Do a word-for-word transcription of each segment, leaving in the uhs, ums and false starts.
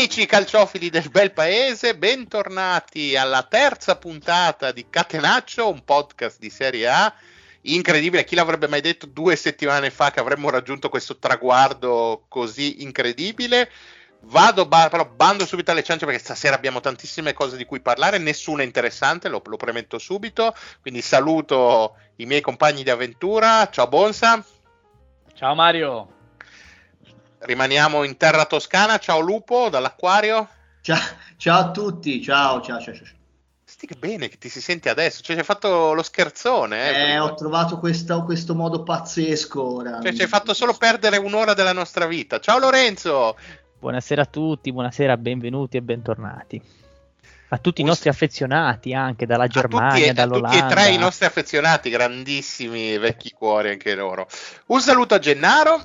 Amici calciofili del bel paese, bentornati alla terza puntata di Catenaccio, un podcast di Serie A. Incredibile, chi l'avrebbe mai detto due settimane fa che avremmo raggiunto questo traguardo così incredibile? Vado, ba- però bando subito alle ciance perché stasera abbiamo tantissime cose di cui parlare, nessuna interessante, lo, lo premetto subito, quindi saluto i miei compagni di avventura. Ciao Bonsa. Ciao Mario. Rimaniamo in terra toscana. Ciao Lupo dall'acquario. Ciao, ciao a tutti, ciao ciao ciao, ciao. Sti che bene che ti si sente adesso, cioè ci hai fatto lo scherzone. Eh, eh ho trovato questo, questo modo pazzesco ora. Cioè ci hai fatto solo perdere un'ora della nostra vita. Ciao Lorenzo. Buonasera a tutti, buonasera, benvenuti e bentornati. A tutti Un... i nostri affezionati anche dalla Germania, a tutti, dall'Olanda. A tutti e tre i nostri affezionati, grandissimi vecchi cuori anche loro. Un saluto a Gennaro.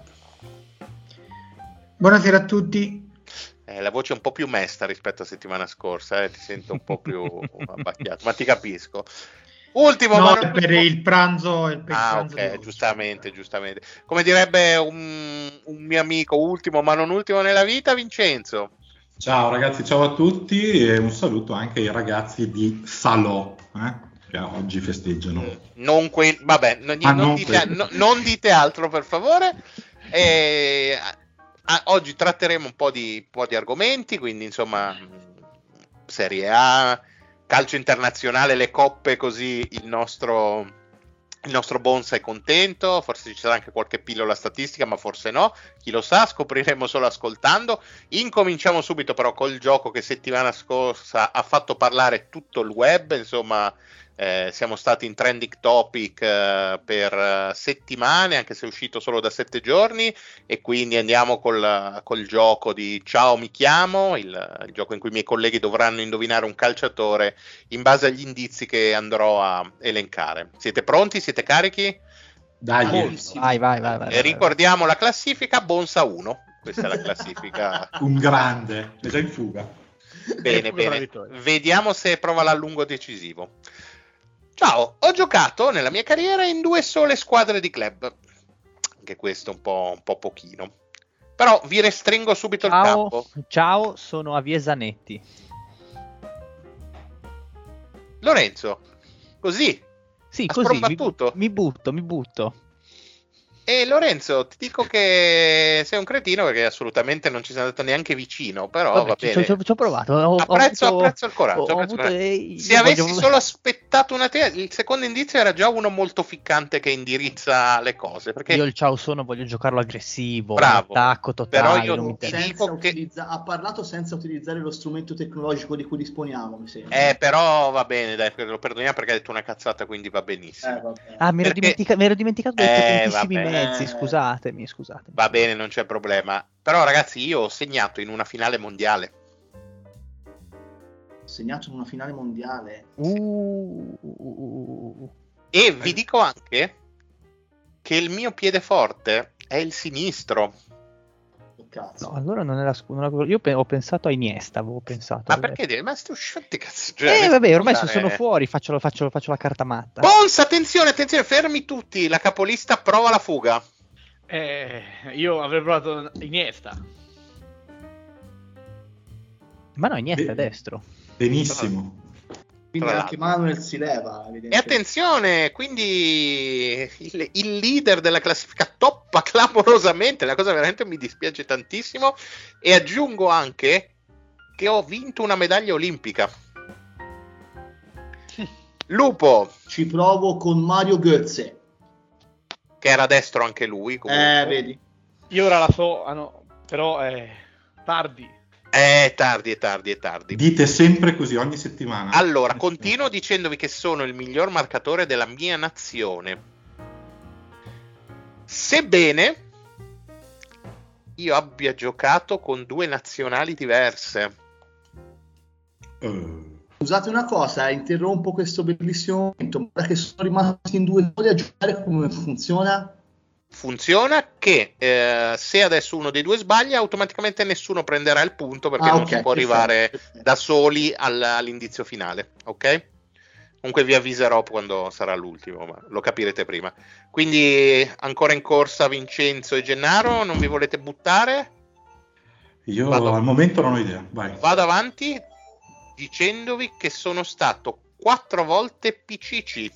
Buonasera a tutti. Eh, la voce è un po' più mesta rispetto a settimana scorsa, eh? Ti sento un po' più abbacchiato, ma ti capisco. Ultimo, no, ma non... per il pranzo, il ah, pranzo ok, giustamente, giustamente. Come direbbe un, un mio amico, ultimo ma non ultimo nella vita, Vincenzo. Ciao ragazzi, ciao a tutti e un saluto anche ai ragazzi di Salò, eh? che oggi festeggiano. Non que- vabbè, non, ah, non, non, dite, no, non dite altro per favore. E, a, oggi tratteremo un po' di, un po' di argomenti, quindi insomma Serie A, calcio internazionale, le coppe, così il nostro, il nostro Bonsa è contento, forse ci sarà anche qualche pillola statistica, ma forse no, chi lo sa, scopriremo solo ascoltando. Incominciamo subito però col gioco che settimana scorsa ha fatto parlare tutto il web, insomma eh, siamo stati in trending topic eh, per uh, settimane, anche se è uscito solo da sette giorni, e quindi andiamo col, col gioco di Ciao mi chiamo, il, il gioco in cui i miei colleghi dovranno indovinare un calciatore in base agli indizi che andrò a elencare. Siete pronti? Siete carichi? Dai, vai, vai, vai, vai, e ricordiamo la classifica, Bonsa uno, questa è la classifica. Un grande, è già in fuga. Bene, bene, vediamo se prova l'allungo decisivo. Ciao, ho giocato nella mia carriera in due sole squadre di club, anche questo un po', un po' pochino, però vi restringo subito ciao, il campo. Ciao, sono Aviesanetti. Lorenzo, così? Sì, ha così, mi, tutto. mi butto, mi butto. E Lorenzo, ti dico che sei un cretino perché assolutamente non ci sei andato neanche vicino, però Vabbè, va bene. Ci ho, ci ho provato. Ho, apprezzo, ho avuto, apprezzo il coraggio. Ho, apprezzo ho avuto, eh, Se avessi voglio... solo aspettato una te, il secondo indizio era già uno molto ficcante che indirizza le cose. Perché io il ciao sono voglio giocarlo aggressivo, bravo, attacco totale. Però io non mi ti senza dico che... utilizza... ha parlato senza utilizzare lo strumento tecnologico di cui disponiamo, mi sembra. Eh, però va bene, dai, lo perdoniamo perché ha detto una cazzata, quindi va benissimo. Eh, ah, mi ero, perché... dimentica... mi ero dimenticato dei eh, potentissimi vabbè. mezzi, scusate. Scusatemi, scusatemi. Va bene, non c'è problema. Però ragazzi, io ho segnato in una finale mondiale. Ho segnato in una finale mondiale. Uh, uh, uh. E vi dico anche che il mio piede forte è il sinistro. Cazzo. No, allora non era scu- io pe- ho pensato a Iniesta, avevo pensato. Ma vabbè. perché dire? Ma stai uscendo cazzo? Cioè, eh vabbè, ormai andare... sono fuori, faccio, faccio, faccio la carta matta. Bonsa, attenzione, attenzione, fermi tutti. La capolista prova la fuga. Eh, io avrei provato Iniesta. Ma no, Iniesta Beh, è destro. Benissimo. Quindi anche Manuel si leva. E attenzione, quindi il, il leader della classifica toppa clamorosamente, la cosa veramente mi dispiace tantissimo. E aggiungo anche che ho vinto una medaglia olimpica. Lupo. Ci provo con Mario Götze. Che era destro anche lui. Comunque. Eh, vedi. Io ora la so, ah no, però è tardi. È tardi, è tardi, è tardi. Dite sempre così ogni settimana. Allora, continuo dicendovi che sono il miglior marcatore della mia nazione. Sebbene io abbia giocato con due nazionali diverse. Uh. Scusate una cosa, interrompo questo bellissimo momento, ma che sono rimasti in due soli a giocare, come funziona? Funziona che eh, se adesso uno dei due sbaglia, automaticamente nessuno prenderà il punto perché ah, non okay, si può arrivare perfetto. da soli all- all'indizio finale, ok? Comunque vi avviserò quando sarà l'ultimo, ma lo capirete prima. Quindi ancora in corsa Vincenzo e Gennaro, non vi volete buttare? Io Vado. al momento non ho idea. Vai. Vado avanti dicendovi che sono stato quattro volte P C C.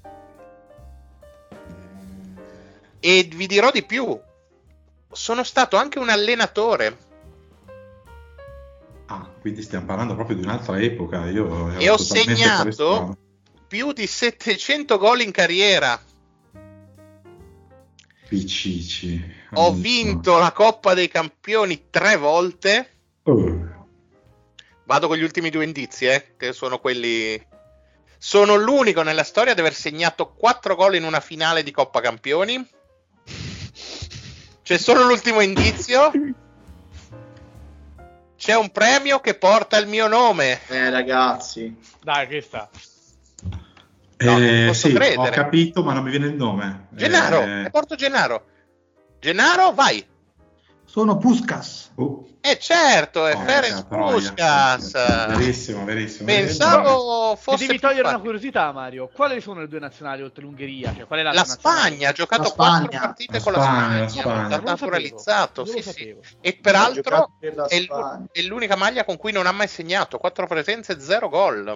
E vi dirò di più. Sono stato anche un allenatore. Ah, quindi stiamo parlando proprio di un'altra epoca. Io E ho segnato più di settecento gol in carriera. P C C. Ho vinto la Coppa dei Campioni tre volte. Oh. Vado con gli ultimi due indizi, eh, che sono quelli. Sono l'unico nella storia ad aver segnato quattro gol in una finale di Coppa Campioni. C'è solo l'ultimo indizio. C'è un premio che porta il mio nome. Eh, ragazzi. Dai, che sta. No, non Eh, posso sì, credere. ho capito, ma non mi viene il nome. Gennaro, Eh, e porto Gennaro. Gennaro, vai. Sono Puskas. oh, Eh certo, è porca Ferenc troia. Puskas. Verissimo, verissimo. Pensavo Ti fosse devi più togliere una facile. curiosità, Mario. Quali sono le due nazionali oltre l'Ungheria? Cioè, qual è La l'altra nazionale? Spagna, ha giocato La quattro Spagna. partite La con la Spagna, la Spagna, Spagna. è Non lo naturalizzato, sapevo, sì, non lo sì. sapevo. E Ha peraltro giocato per la è, l'u- Spagna. è l'unica maglia con cui non ha mai segnato, quattro presenze, zero gol.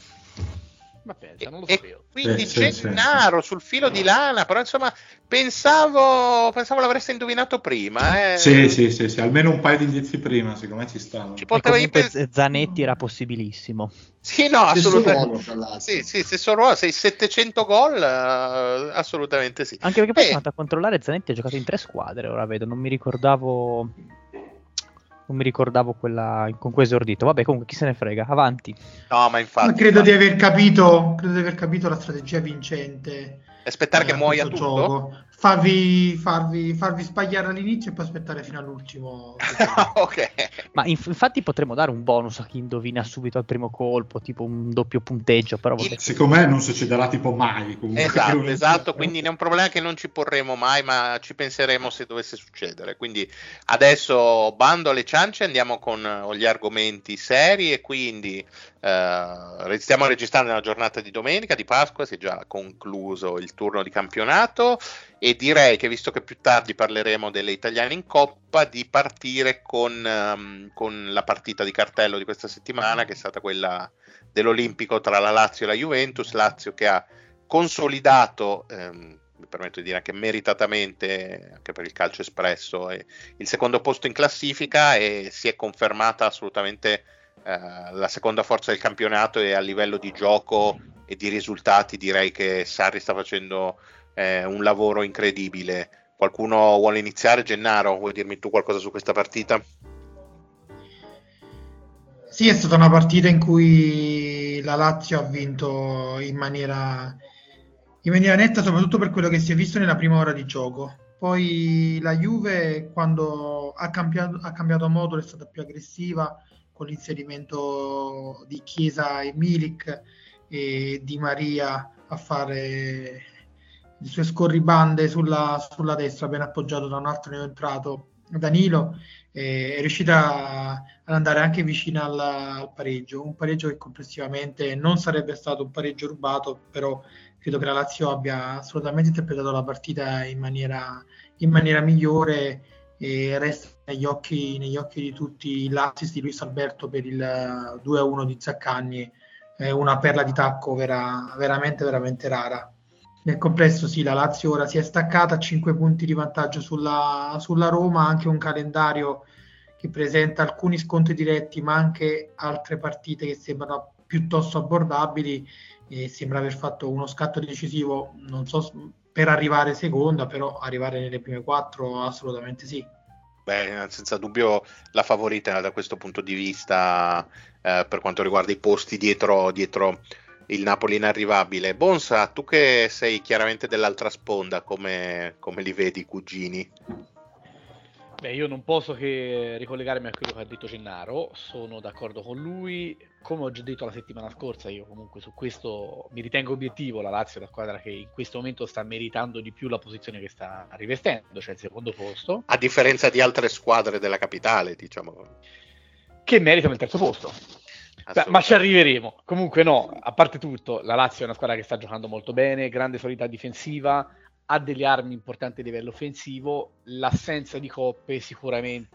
Ma pensa, non lo E sapevo. quindi Sì, sì, Gennaro sul filo di lana, però insomma pensavo, pensavo l'avreste indovinato prima. Eh. Sì, sì, sì, sì, almeno un paio di indizi prima, secondo me ci stavano. Ci E potevi comunque pens- Zanetti era possibilissimo. Sì, no, Stesso assolutamente. ruolo, tra l'altro. Sì, sì, stesso ruolo, sei settecento gol, eh, assolutamente sì. Anche perché poi Eh, sono andato a controllare, Zanetti ha giocato in tre squadre, ora vedo, non mi ricordavo non mi ricordavo quella con cui è esordito. Vabbè, comunque chi se ne frega, avanti. no, ma infatti, Ma credo infatti. di aver capito, credo di aver capito la strategia vincente. Aspettare eh, che a muoia questo tutto? gioco. Farvi, farvi, farvi sbagliare all'inizio e poi aspettare fino all'ultimo. Ok. Ma inf- infatti potremmo dare un bonus a chi indovina subito al primo colpo, tipo un doppio punteggio, però vabbè. Il- Secondo me non succederà tipo mai. Comunque, che Esatto, uno- esatto, quindi è un problema che non ci porremo mai, ma ci penseremo se dovesse succedere. Quindi adesso bando alle ciance, andiamo con eh, gli argomenti seri e quindi eh, stiamo registrando nella giornata di domenica di Pasqua, si è già concluso il turno di campionato e direi che visto che più tardi parleremo delle italiane in Coppa, di partire con, ehm, con la partita di cartello di questa settimana che è stata quella dell'Olimpico tra la Lazio e la Juventus, Lazio che ha consolidato, ehm, mi permetto di dire anche meritatamente, anche per il calcio espresso, eh, il secondo posto in classifica e si è confermata assolutamente eh, la seconda forza del campionato e a livello di gioco e di risultati direi che Sarri sta facendo eh, un lavoro incredibile. Qualcuno vuole iniziare? Gennaro, vuoi dirmi tu qualcosa su questa partita? Sì, è stata una partita in cui la Lazio ha vinto in maniera, in maniera netta, soprattutto per quello che si è visto nella prima ora di gioco. Poi la Juve, quando ha cambiato, ha cambiato modulo, è stata più aggressiva con l'inserimento di Chiesa e Milik e Di Maria a fare le sue scorribande sulla, sulla destra, ben appoggiato da un altro neoentrato, Danilo. È riuscita ad andare anche vicina al, al pareggio, un pareggio che complessivamente non sarebbe stato un pareggio rubato, però credo che la Lazio abbia assolutamente interpretato la partita in maniera, in maniera migliore e resta negli occhi, negli occhi di tutti l'assist di Luis Alberto per il due a uno di Zaccagni, è una perla di tacco vera, veramente veramente rara. Nel complesso sì, la Lazio ora si è staccata a cinque punti di vantaggio sulla, sulla Roma, anche un calendario che presenta alcuni scontri diretti ma anche altre partite che sembrano piuttosto abbordabili e sembra aver fatto uno scatto decisivo, non so per arrivare seconda, però arrivare nelle prime quattro assolutamente sì. Beh, senza dubbio la favorita da questo punto di vista eh, per quanto riguarda i posti dietro, dietro il Napoli inarrivabile. Bonsa, tu che sei chiaramente dell'altra sponda, come, come li vedi i cugini? Beh, io non posso che ricollegarmi a quello che ha detto Gennaro, sono d'accordo con lui. Come ho già detto la settimana scorsa, io comunque su questo mi ritengo obiettivo, la Lazio è la squadra che in questo momento sta meritando di più la posizione che sta rivestendo, cioè il secondo posto. A differenza di altre squadre della capitale, diciamo. Che meritano il terzo posto. Beh, ma ci arriveremo. Comunque no, a parte tutto, la Lazio è una squadra che sta giocando molto bene, grande solidità difensiva, ha delle armi importanti a livello offensivo, l'assenza di coppe sicuramente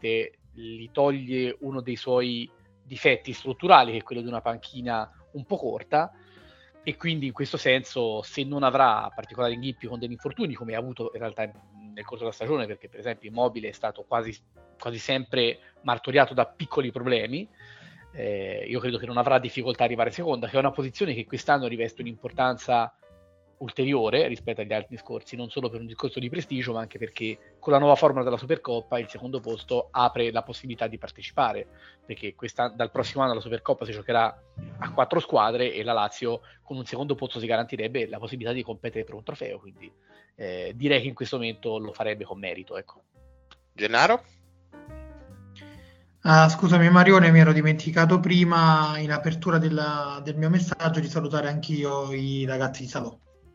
gli toglie uno dei suoi difetti strutturali, che è quello di una panchina un po' corta, e quindi in questo senso, se non avrà particolari inghippi con degli infortuni, come ha avuto in realtà nel corso della stagione, perché per esempio Immobile è stato quasi, quasi sempre martoriato da piccoli problemi, eh, io credo che non avrà difficoltà a arrivare seconda, che è una posizione che quest'anno riveste un'importanza ulteriore rispetto agli anni scorsi, non solo per un discorso di prestigio, ma anche perché con la nuova formula della Supercoppa il secondo posto apre la possibilità di partecipare, perché questa, dal prossimo anno la Supercoppa si giocherà a quattro squadre e la Lazio con un secondo posto si garantirebbe la possibilità di competere per un trofeo, quindi eh, direi che in questo momento lo farebbe con merito, ecco. Gennaro? Ah, scusami Marione, mi ero dimenticato prima in apertura della, del mio messaggio di salutare anch'io i ragazzi di Salò.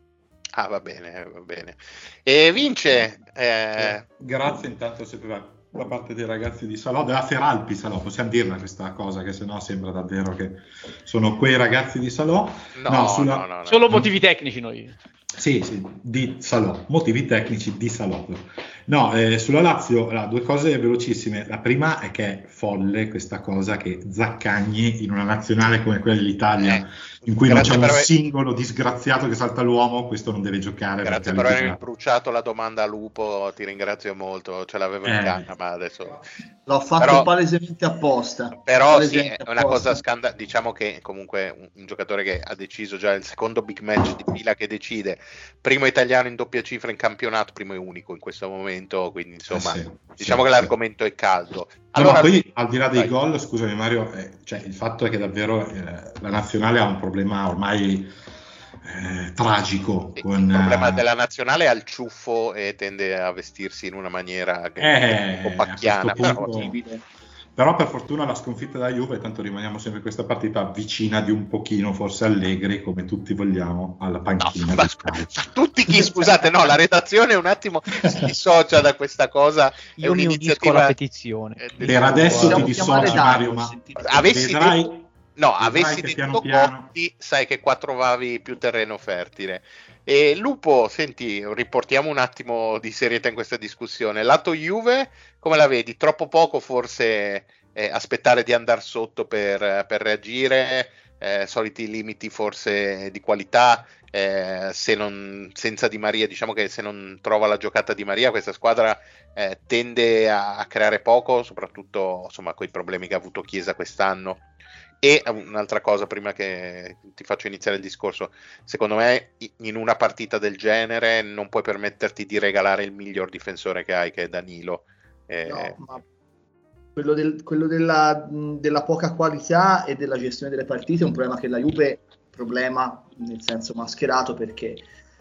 Ah, va bene, va bene. E Vince, eh... grazie intanto sempre da parte dei ragazzi di Salò, della Feralpi Salò, possiamo dirla questa cosa, che sennò sembra davvero che sono quei ragazzi di Salò. No, no, sulla... no, no, no. Solo motivi tecnici noi. Sì, sì, di Salò, motivi tecnici di Salò. No, eh, sulla Lazio, allora, due cose velocissime. La prima è che è folle questa cosa che Zaccagni in una nazionale come quella dell'Italia, eh, in cui non c'è un per... singolo disgraziato che salta l'uomo, questo non deve giocare. Grazie per aver bruciato la domanda a Lupo, ti ringrazio molto, ce l'avevo in eh. canna, ma adesso... L'ho fatto però, palesemente apposta. Però palesemente sì, è una apposta. cosa scandalosa, diciamo che comunque un, un giocatore che ha deciso già il secondo big match di fila che decide, primo italiano in doppia cifra in campionato, primo e unico in questo momento, quindi insomma eh sì, diciamo sì, che sì. l'argomento è caldo. Allora, Allora, no, poi al di là dei vai. gol, scusami Mario, eh, cioè, il fatto è che davvero eh, la nazionale ha un problema ormai eh, tragico. Sì, con, il problema eh, della nazionale è al ciuffo e tende a vestirsi in una maniera che Eh, è un po' pacchiana, a questo però, punto- Però per fortuna la sconfitta della Juve, tanto rimaniamo sempre questa partita vicina di un pochino, forse Allegri, come tutti vogliamo, alla no, panchina. ma, del scu- calcio. tutti chi, scusate, no, la redazione un attimo si dissocia da questa cosa, è Io mi unisco un'iniziativa alla petizione. eh, del- Per adesso ti Possiamo chiamare dissoci, Dario, Mario, ma sentite. avessi vedrai, detto no, vedrai avessi che detto piano piano... Conti, sai che qua trovavi più terreno fertile. E Lupo, senti, riportiamo un attimo di serietà in questa discussione. Lato Juve, come la vedi? Troppo poco forse eh, aspettare di andare sotto per, per reagire, eh, soliti limiti forse di qualità, eh, se non, senza Di Maria, diciamo che se non trova la giocata Di Maria questa squadra eh, tende a, a creare poco, soprattutto insomma con i problemi che ha avuto Chiesa quest'anno. E un'altra cosa prima che ti faccio iniziare il discorso, secondo me in una partita del genere non puoi permetterti di regalare il miglior difensore che hai, che è Danilo. Eh, No, ma quello, del, quello della, della poca qualità e della gestione delle partite è un problema che la Juve, problema nel senso mascherato, perché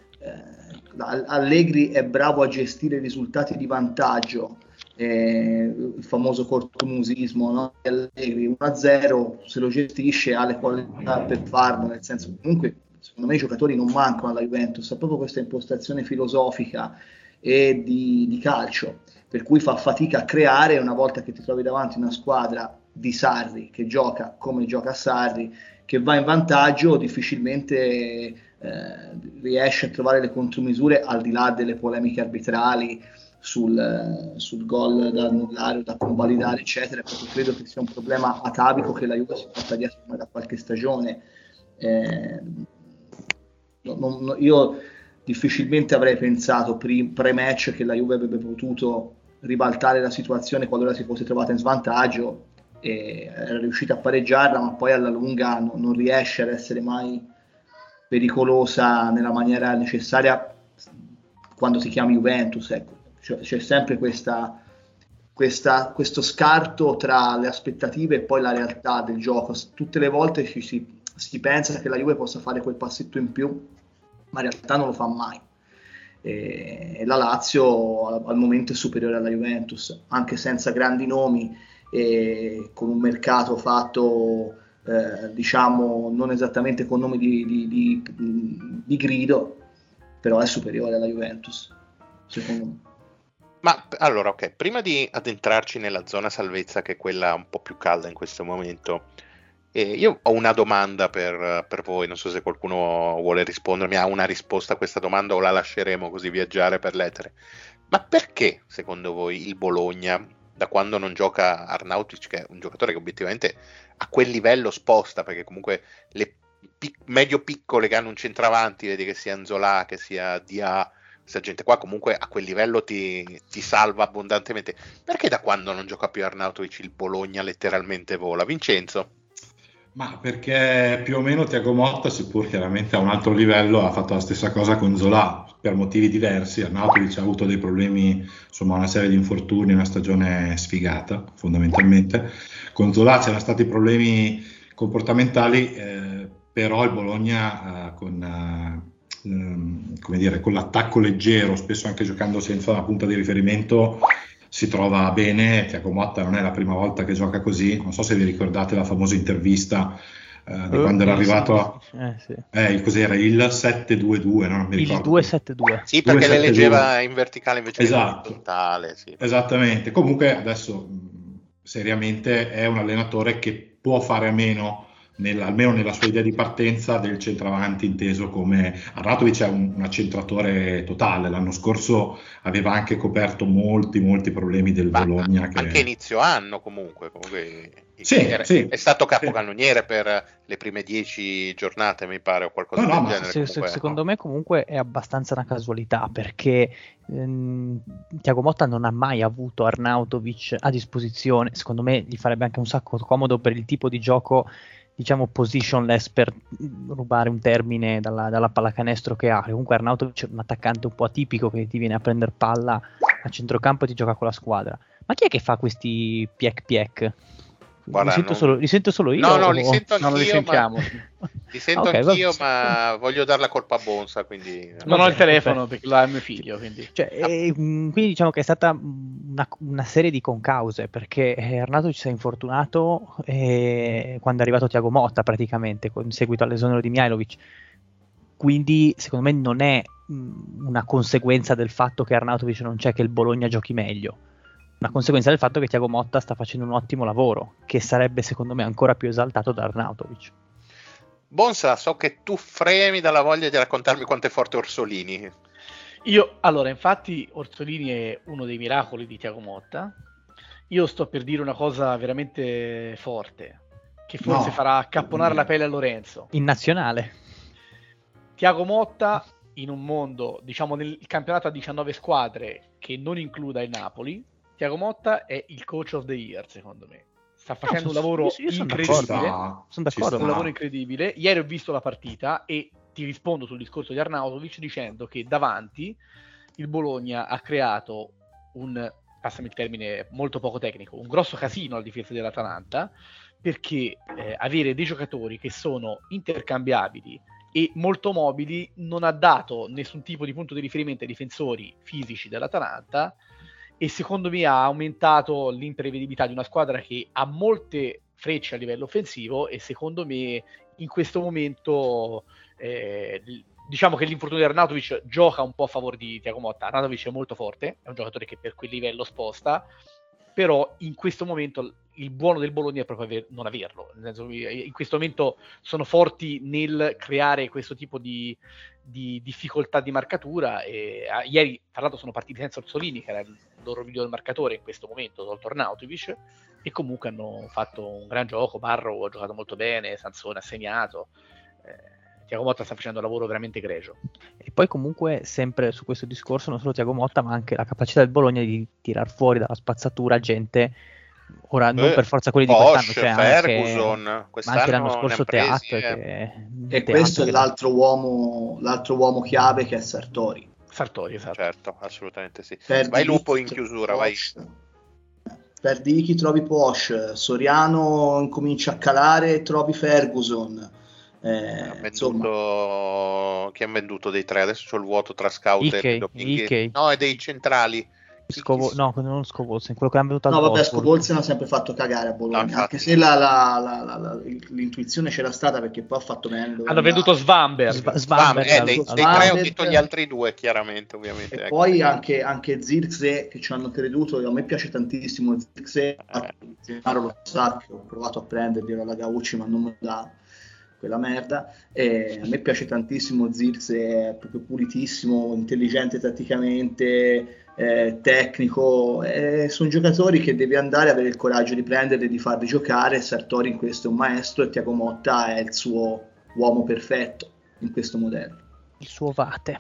eh, Allegri è bravo a gestire i risultati di vantaggio, eh, il famoso cortomusismo, no? Allegri uno a zero se lo gestisce, ha le qualità per farlo, nel senso, comunque secondo me i giocatori non mancano alla Juventus, ha proprio questa impostazione filosofica e di, di calcio, per cui fa fatica a creare. Una volta che ti trovi davanti una squadra di Sarri che gioca come gioca Sarri, che va in vantaggio, difficilmente eh, riesce a trovare le contromisure, al di là delle polemiche arbitrali sul, sul gol da annullare o da convalidare eccetera, perché credo che sia un problema atavico che la Juve si porta dietro da qualche stagione. eh, non, non, io difficilmente avrei pensato pre- pre-match che la Juve avrebbe potuto ribaltare la situazione qualora si fosse trovata in svantaggio, e era riuscita a pareggiarla, ma poi alla lunga non, non riesce ad essere mai pericolosa nella maniera necessaria quando si chiama Juventus, ecco. Cioè, c'è sempre questa, questa, questo scarto tra le aspettative e poi la realtà del gioco. Tutte le volte ci si, si pensa che la Juve possa fare quel passetto in più, ma in realtà non lo fa mai. E la Lazio al, al momento è superiore alla Juventus, anche senza grandi nomi e con un mercato fatto eh, diciamo non esattamente con nomi di, di, di, di grido, però è superiore alla Juventus, secondo me. Ma allora, ok, prima di addentrarci nella zona salvezza, che è quella un po' più calda in questo momento, eh, io ho una domanda per, per voi, non so se qualcuno vuole rispondermi, ha una risposta a questa domanda o la lasceremo così viaggiare per l'etere. Ma perché, secondo voi, il Bologna da quando non gioca Arnautovic, che è un giocatore che obiettivamente a quel livello sposta, perché comunque le pic- medio piccole che hanno un centravanti, vedi che sia Nzola, che sia Dia, questa gente qua comunque a quel livello ti, ti salva abbondantemente. Perché da quando non gioca più Arnautovic il Bologna letteralmente vola? Vincenzo? Ma perché più o meno Thiago Motta, seppur chiaramente a un alto livello, ha fatto la stessa cosa con Zola per motivi diversi. Arnautovic ha avuto dei problemi, insomma una serie di infortuni, una stagione sfigata fondamentalmente. Con Zola c'erano stati problemi comportamentali, eh, però il Bologna eh, con, eh, ehm, come dire, con l'attacco leggero, spesso anche giocando senza una punta di riferimento, si trova bene. Thiago Motta non è la prima volta che gioca così, non so se vi ricordate la famosa intervista eh, di Uh, quando era sì, arrivato a, sì, eh, sì. eh, cos'era, il sette due due, no? Non mi Il ricordo. due sette due. Sì, perché le due sette due. leggeva in verticale invece Esatto. di orizzontale. Sì. Esattamente, comunque adesso mh, seriamente è un allenatore che può fare a meno, nel, almeno nella sua idea di partenza, del centravanti inteso come Arnautovic è un, un accentratore totale. L'anno scorso aveva anche coperto molti molti problemi del Ma Bologna che... anche inizio anno comunque, comunque Sì, era, sì, è stato sì. capocannoniere per le prime dieci giornate, mi pare, o qualcosa No, no, del ma genere. Se- se- comunque, secondo no? me comunque è abbastanza una casualità, perché ehm, Thiago Motta non ha mai avuto Arnautovic a disposizione. Secondo me gli farebbe anche un sacco comodo per il tipo di gioco, diciamo positionless, per rubare un termine dalla, dalla pallacanestro che ha. Comunque Arnautovic è un attaccante un po' atipico che ti viene a prendere palla a centrocampo e ti gioca con la squadra. Ma chi è che fa questi piek piek? Guarda, li, sento non- solo, li sento solo io? No, no, o- li sento No, non li anch'io, ma sentiamo. li sento Ok, anch'io, va- ma voglio dare la colpa a Bonsa, quindi Non ho Vabbè, il telefono perfetto. perché lo ha mio figlio, quindi. Cioè, eh, mh, quindi diciamo che è stata una, una serie di concause, perché eh, Arnautovic si è infortunato eh, quando è arrivato Thiago Motta, praticamente in seguito all'esonero di Mihajlovic. Quindi secondo me non è mh, una conseguenza del fatto che Arnautovic non c'è che il Bologna giochi meglio, una conseguenza del fatto che Thiago Motta sta facendo un ottimo lavoro, che sarebbe secondo me ancora più esaltato da Arnautovic. Bonsa, so che tu fremi dalla voglia di raccontarmi quanto è forte Orsolini. Io, allora, infatti, Orsolini è uno dei miracoli di Thiago Motta. Io sto per dire una cosa veramente forte, che forse No. farà accapponare la pelle a Lorenzo. In nazionale. Thiago Motta, in un mondo, diciamo, nel campionato a diciannove squadre che non includa il Napoli, Thiago Motta è il coach of the year, secondo me. Sta facendo un No, lavoro io- io sono incredibile. Ci sta, Sono ci d'accordo. Un sta. lavoro incredibile. Ieri ho visto la partita e ti rispondo sul discorso di Arnautovic dicendo che davanti il Bologna ha creato un, passami il termine molto poco tecnico, un grosso casino alla difesa dell'Atalanta, perché eh, avere dei giocatori che sono intercambiabili e molto mobili non ha dato nessun tipo di punto di riferimento ai difensori fisici dell'Atalanta, e secondo me ha aumentato l'imprevedibilità di una squadra che ha molte frecce a livello offensivo, e secondo me in questo momento eh, diciamo che l'infortunio di Arnautovic gioca un po' a favore di Thiago Motta. Arnautovic è molto forte, è un giocatore che per quel livello sposta, però in questo momento il buono del Bologna è proprio aver, non averlo, nel senso che in questo momento sono forti nel creare questo tipo di, di difficoltà di marcatura, e ah, ieri tra l'altro sono partiti senza Orsolini, che era il loro miglior marcatore in questo momento, tolto Arnautovic, e comunque hanno fatto un gran gioco. Barro ha giocato molto bene, Sansone ha segnato, eh, Thiago Motta sta facendo un lavoro veramente egregio. E poi comunque sempre su questo discorso non solo Thiago Motta, ma anche la capacità del Bologna di tirar fuori dalla spazzatura gente, ora non Eh, per forza quelli di Bosch, quest'anno, cioè Ferguson, anche, ma quest'anno anche l'anno ne scorso han presi, Teat, eh. che, E Teat questo è che- l'altro uomo, l'altro uomo chiave, che è Sartori. Sartori, esatto. Certo, assolutamente sì. Perdi Vai Lupo Vichi, in trovi chiusura, vai. Posch. Perdi Vichi, trovi Posch. Soriano incomincia a calare, trovi Ferguson. Eh, Ha insomma, venduto... Chi ha venduto dei tre? Adesso c'ho il vuoto tra scout Ike, e dopinghi. Ike. No, è dei centrali. Chi- Scovo- chi- no, non Scovolsen, quello che hanno venuto al no, vabbè, Wolfsburg. Scovolsen ha sempre fatto cagare a Bologna, No, infatti. anche se la, la- la- la- la- l'intuizione c'era stata, perché poi ha fatto bene. dove Hanno andare. venduto Svanberg. Sva- Svam, Svanberg, eh, al- dei, al- dei tre ho Svanberg. detto gli altri due, chiaramente, ovviamente. E ecco. poi anche, anche Zirkzee, che ci hanno creduto. A me piace tantissimo Zirkzee, Gennaro lo sa che ho provato a prenderglielo alla Gaucci, ma non me lo dà quella merda. E a me piace tantissimo Zirkzee, è proprio pulitissimo, intelligente tatticamente, eh, tecnico, eh, sono giocatori che devi andare a avere il coraggio di prenderli e di farli giocare. Sartori in questo è un maestro e Thiago Motta è il suo uomo perfetto in questo modello. Il suo Vate.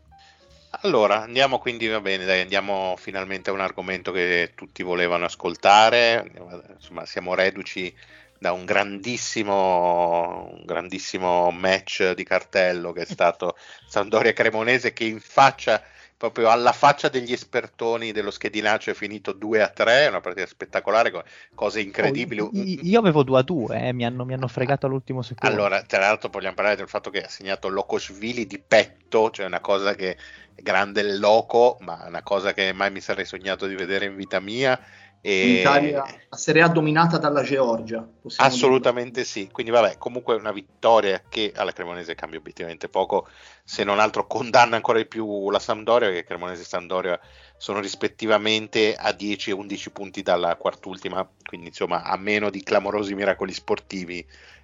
Allora, andiamo quindi, va bene, dai, andiamo finalmente a un argomento che tutti volevano ascoltare. Insomma, siamo reduci da un grandissimo, un grandissimo match di cartello che è stato Sampdoria Cremonese, che in faccia, proprio alla faccia degli espertoni dello schedinaccio, è finito due a tre, una partita spettacolare con cose incredibili. Oh, io avevo due a due, eh, mi, hanno, mi hanno fregato all'ultimo secondo. Allora, tra l'altro vogliamo parlare del fatto che ha segnato Lokoshvili di petto, cioè una cosa che è grande il Loco, ma una cosa che mai mi sarei sognato di vedere in vita mia. E... In Italia la Serie A dominata dalla Georgia, assolutamente dirlo. Sì, quindi vabbè, comunque una vittoria che alla Cremonese cambia obiettivamente poco, se non altro condanna ancora di più la Sampdoria, che Cremonese e Sampdoria sono rispettivamente a dieci e undici punti dalla quartultima, quindi insomma a meno di clamorosi miracoli sportivi,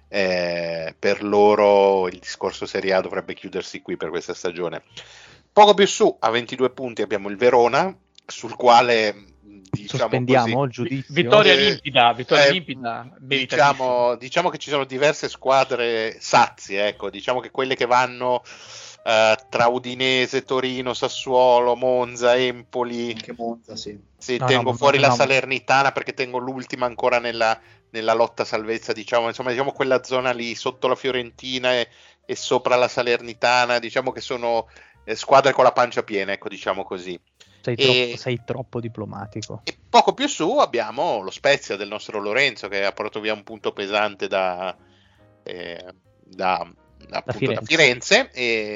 eh, per loro il discorso Serie A dovrebbe chiudersi qui per questa stagione. Poco più su, a ventidue punti abbiamo il Verona, sul quale diciamo sospendiamo così, il giudizio. Vittoria eh, limpida, vittoria eh, limpida. Diciamo, diciamo che ci sono diverse squadre sazie, ecco, diciamo che quelle che vanno eh, tra Udinese, Torino, Sassuolo, Monza, Empoli. Anche Monza, sì. Sì, no, tengo no, fuori no, la no. Salernitana perché tengo l'ultima ancora nella, nella lotta salvezza, diciamo, insomma, diciamo quella zona lì sotto la Fiorentina e, e sopra la Salernitana, diciamo che sono eh, squadre con la pancia piena, ecco, diciamo così. Sei, E- troppo, sei troppo diplomatico. E poco più su abbiamo lo Spezia del nostro Lorenzo, che ha portato via un punto pesante da, eh, da, da, appunto, Firenze. da Firenze.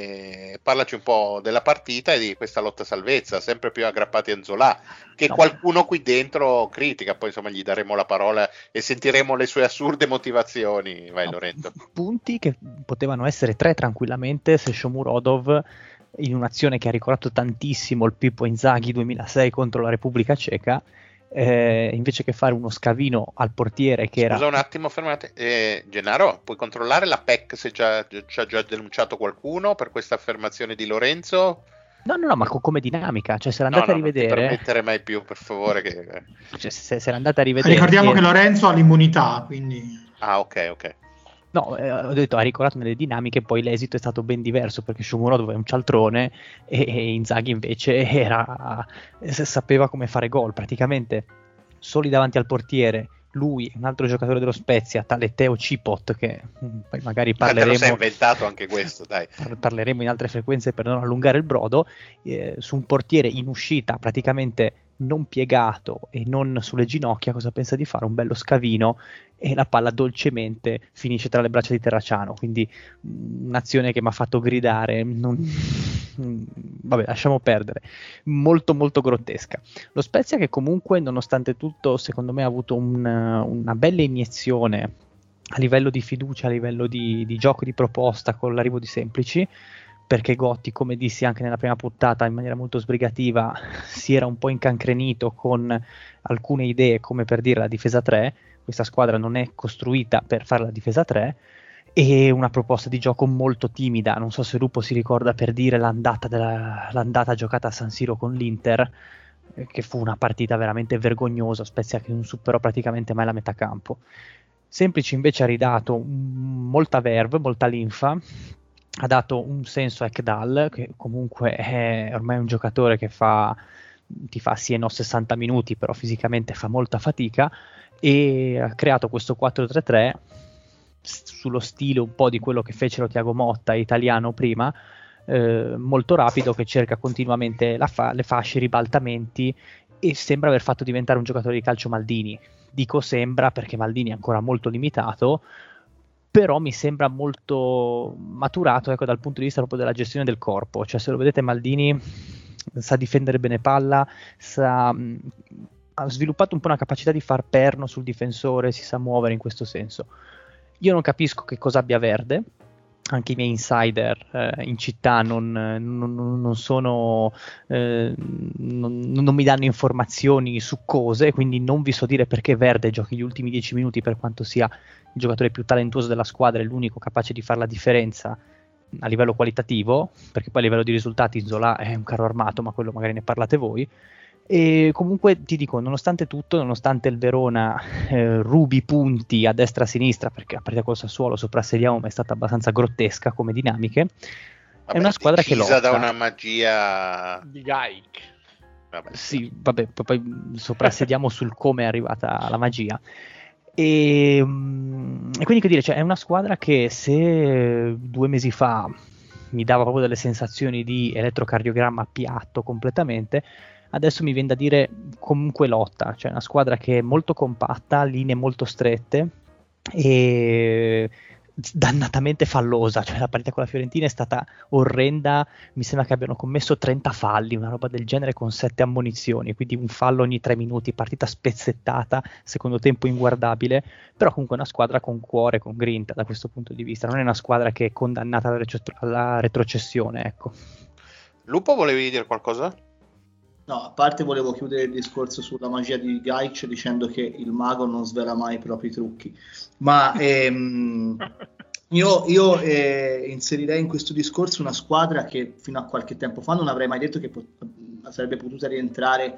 E parlaci un po' della partita e di questa lotta salvezza, sempre più aggrappati a Nzola, che No. qualcuno qui dentro critica. Poi insomma gli daremo la parola e sentiremo le sue assurde motivazioni. Vai No, Lorenzo. punti che potevano essere tre tranquillamente se Shomurodov, in un'azione che ha ricordato tantissimo il Pippo Inzaghi duemilasei contro la Repubblica Ceca, eh, invece che fare uno scavino al portiere che Scusa era... un attimo, fermate. Eh, Gennaro, puoi controllare la P E C se già, ci ha già denunciato qualcuno per questa affermazione di Lorenzo? No, no, no, ma co- come dinamica, cioè se era No, andata no, a non ti rivedere... permettere mai più, per favore. Che... Cioè, se, se era andata a rivedere... Ricordiamo chi che era- Lorenzo ha l'immunità, quindi Ah, ok, ok. No, eh, ho detto, ha ricordato nelle dinamiche, poi l'esito è stato ben diverso perché Shomurodov è un cialtrone e, e Inzaghi invece era, eh, sapeva come fare gol, praticamente soli davanti al portiere, lui, un altro giocatore dello Spezia, tale Teo Cipot, che mh, poi magari Ma te lo sei parleremo, inventato anche questo, dai. par- parleremo in altre frequenze per non allungare il brodo, eh, su un portiere in uscita praticamente non piegato e non sulle ginocchia, cosa pensa di fare? Un bello scavino e la palla dolcemente finisce tra le braccia di Terracciano, quindi mh, un'azione che mi ha fatto gridare, non... mh, vabbè, lasciamo perdere, molto molto grottesca. Lo Spezia che comunque nonostante tutto secondo me ha avuto un, una bella iniezione a livello di fiducia, a livello di, di gioco di proposta con l'arrivo di Semplici, perché Gotti, come dissi anche nella prima puntata in maniera molto sbrigativa, si era un po' incancrenito con alcune idee come per dire la difesa tre, questa squadra non è costruita per fare la difesa tre, e una proposta di gioco molto timida. Non so se Lupo si ricorda per dire l'andata, della, l'andata giocata a San Siro con l'Inter, eh, che fu una partita veramente vergognosa, Spezia che non superò praticamente mai la metà campo. Semplici invece ha ridato mm, molta verve, molta linfa, ha dato un senso a Ekdal, che comunque è ormai un giocatore che fa, ti fa sì e no sessanta minuti, però fisicamente fa molta fatica, e ha creato questo quattro tre tre sullo stile un po' di quello che fecero Thiago Motta e Italiano prima, eh, molto rapido, che cerca continuamente la fa- le fasce, i ribaltamenti, e sembra aver fatto diventare un giocatore di calcio Maldini. Dico sembra perché Maldini è ancora molto limitato, però mi sembra molto maturato, ecco, dal punto di vista proprio della gestione del corpo. Cioè, se lo vedete, Maldini sa difendere bene palla, sa, mh, ha sviluppato un po' una capacità di far perno sul difensore, si sa muovere in questo senso. Io non capisco che cosa abbia Verde, anche i miei insider eh, in città non, non, non sono eh, non, non mi danno informazioni su cose, quindi non vi so dire perché Verde giochi gli ultimi dieci minuti, per quanto sia il giocatore più talentuoso della squadra e l'unico capace di fare la differenza. a livello qualitativo, perché poi a livello di risultati Nzola è un carro armato, ma quello magari ne parlate voi. E comunque ti dico, nonostante tutto, nonostante il Verona eh, rubi punti a destra e a sinistra, perché la partita col Sassuolo, soprassediamo, ma è stata abbastanza grottesca come dinamiche, Vabbè, è una squadra che lotta. da una magia di Gaik. Vabbè. Sì, vabbè, poi, poi soprassediamo sul come è arrivata la magia. E, e quindi che dire, cioè, è una squadra che se due mesi fa mi dava proprio delle sensazioni di elettrocardiogramma piatto completamente, adesso mi viene da dire comunque lotta, cioè una squadra che è molto compatta, linee molto strette e dannatamente fallosa, cioè la partita con la Fiorentina è stata orrenda, mi sembra che abbiano commesso trenta falli, una roba del genere con sette ammonizioni, quindi un fallo ogni tre minuti, partita spezzettata, secondo tempo inguardabile, però comunque una squadra con cuore, con grinta da questo punto di vista, non è una squadra che è condannata alla, retro- alla retrocessione, ecco. Lupo, volevi dire qualcosa? No, a parte volevo chiudere il discorso sulla magia di Gaich dicendo che il mago non svela mai i propri trucchi, ma ehm, io, io eh, inserirei in questo discorso una squadra che fino a qualche tempo fa non avrei mai detto che pot- sarebbe potuta rientrare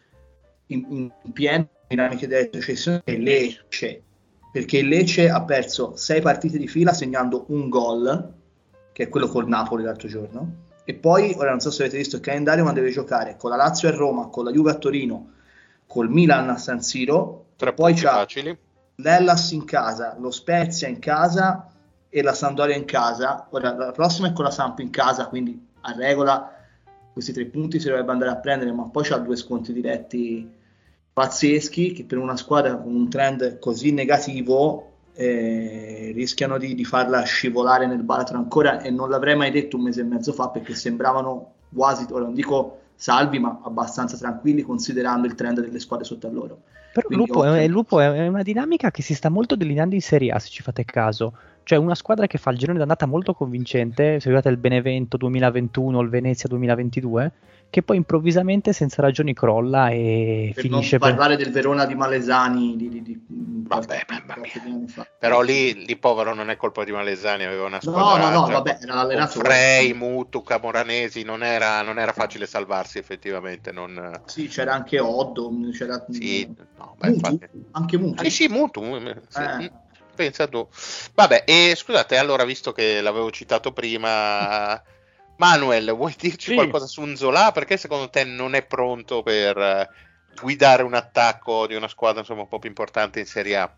in, in pieno dinamiche della retrocessione, è Lecce, perché il Lecce ha perso sei partite di fila segnando un gol, che è quello col Napoli l'altro giorno. E poi, ora non so se avete visto il calendario, ma deve giocare con la Lazio a Roma, con la Juve a Torino, col Milan a San Siro, Tre poi c'ha facili. l'Hellas in casa, lo Spezia in casa e la Sampdoria in casa. Ora la prossima è con la Samp in casa, quindi a regola questi tre punti si dovrebbe andare a prendere, ma poi c'ha due sconti diretti pazzeschi che per una squadra con un trend così negativo Eh, rischiano di, di farla scivolare nel baratro ancora, e non l'avrei mai detto un mese e mezzo fa, perché sembravano quasi, ora non dico salvi, ma abbastanza tranquilli considerando il trend delle squadre sotto a loro. Però Quindi, Lupo, oltre... è, Lupo è una dinamica che si sta molto delineando in Serie A, se ci fate caso, cioè una squadra che fa il girone d'andata molto convincente, se guardate il Benevento duemilaventuno, il Venezia duemilaventidue, che poi improvvisamente senza ragioni crolla e per finisce non per... parlare del Verona di Malesani di, di, di, vabbè, mamma mia. Però lì, lì povero non è colpa di Malesani, aveva una squadra, no no no vabbè, era l'allenatore, Frey, Mutu, Camoranesi, non era, non era facile salvarsi effettivamente, non... sì, c'era anche Oddo, c'era sì, no, beh, Mutu, infatti... anche Mutu, sì sì Mutu, sì. Eh. Pensa tu. Vabbè, e scusate, allora, visto che l'avevo citato prima, Manuel, vuoi dirci sì. qualcosa su Nzola? Perché secondo te non è pronto per guidare un attacco di una squadra, insomma, un po' più importante in Serie A?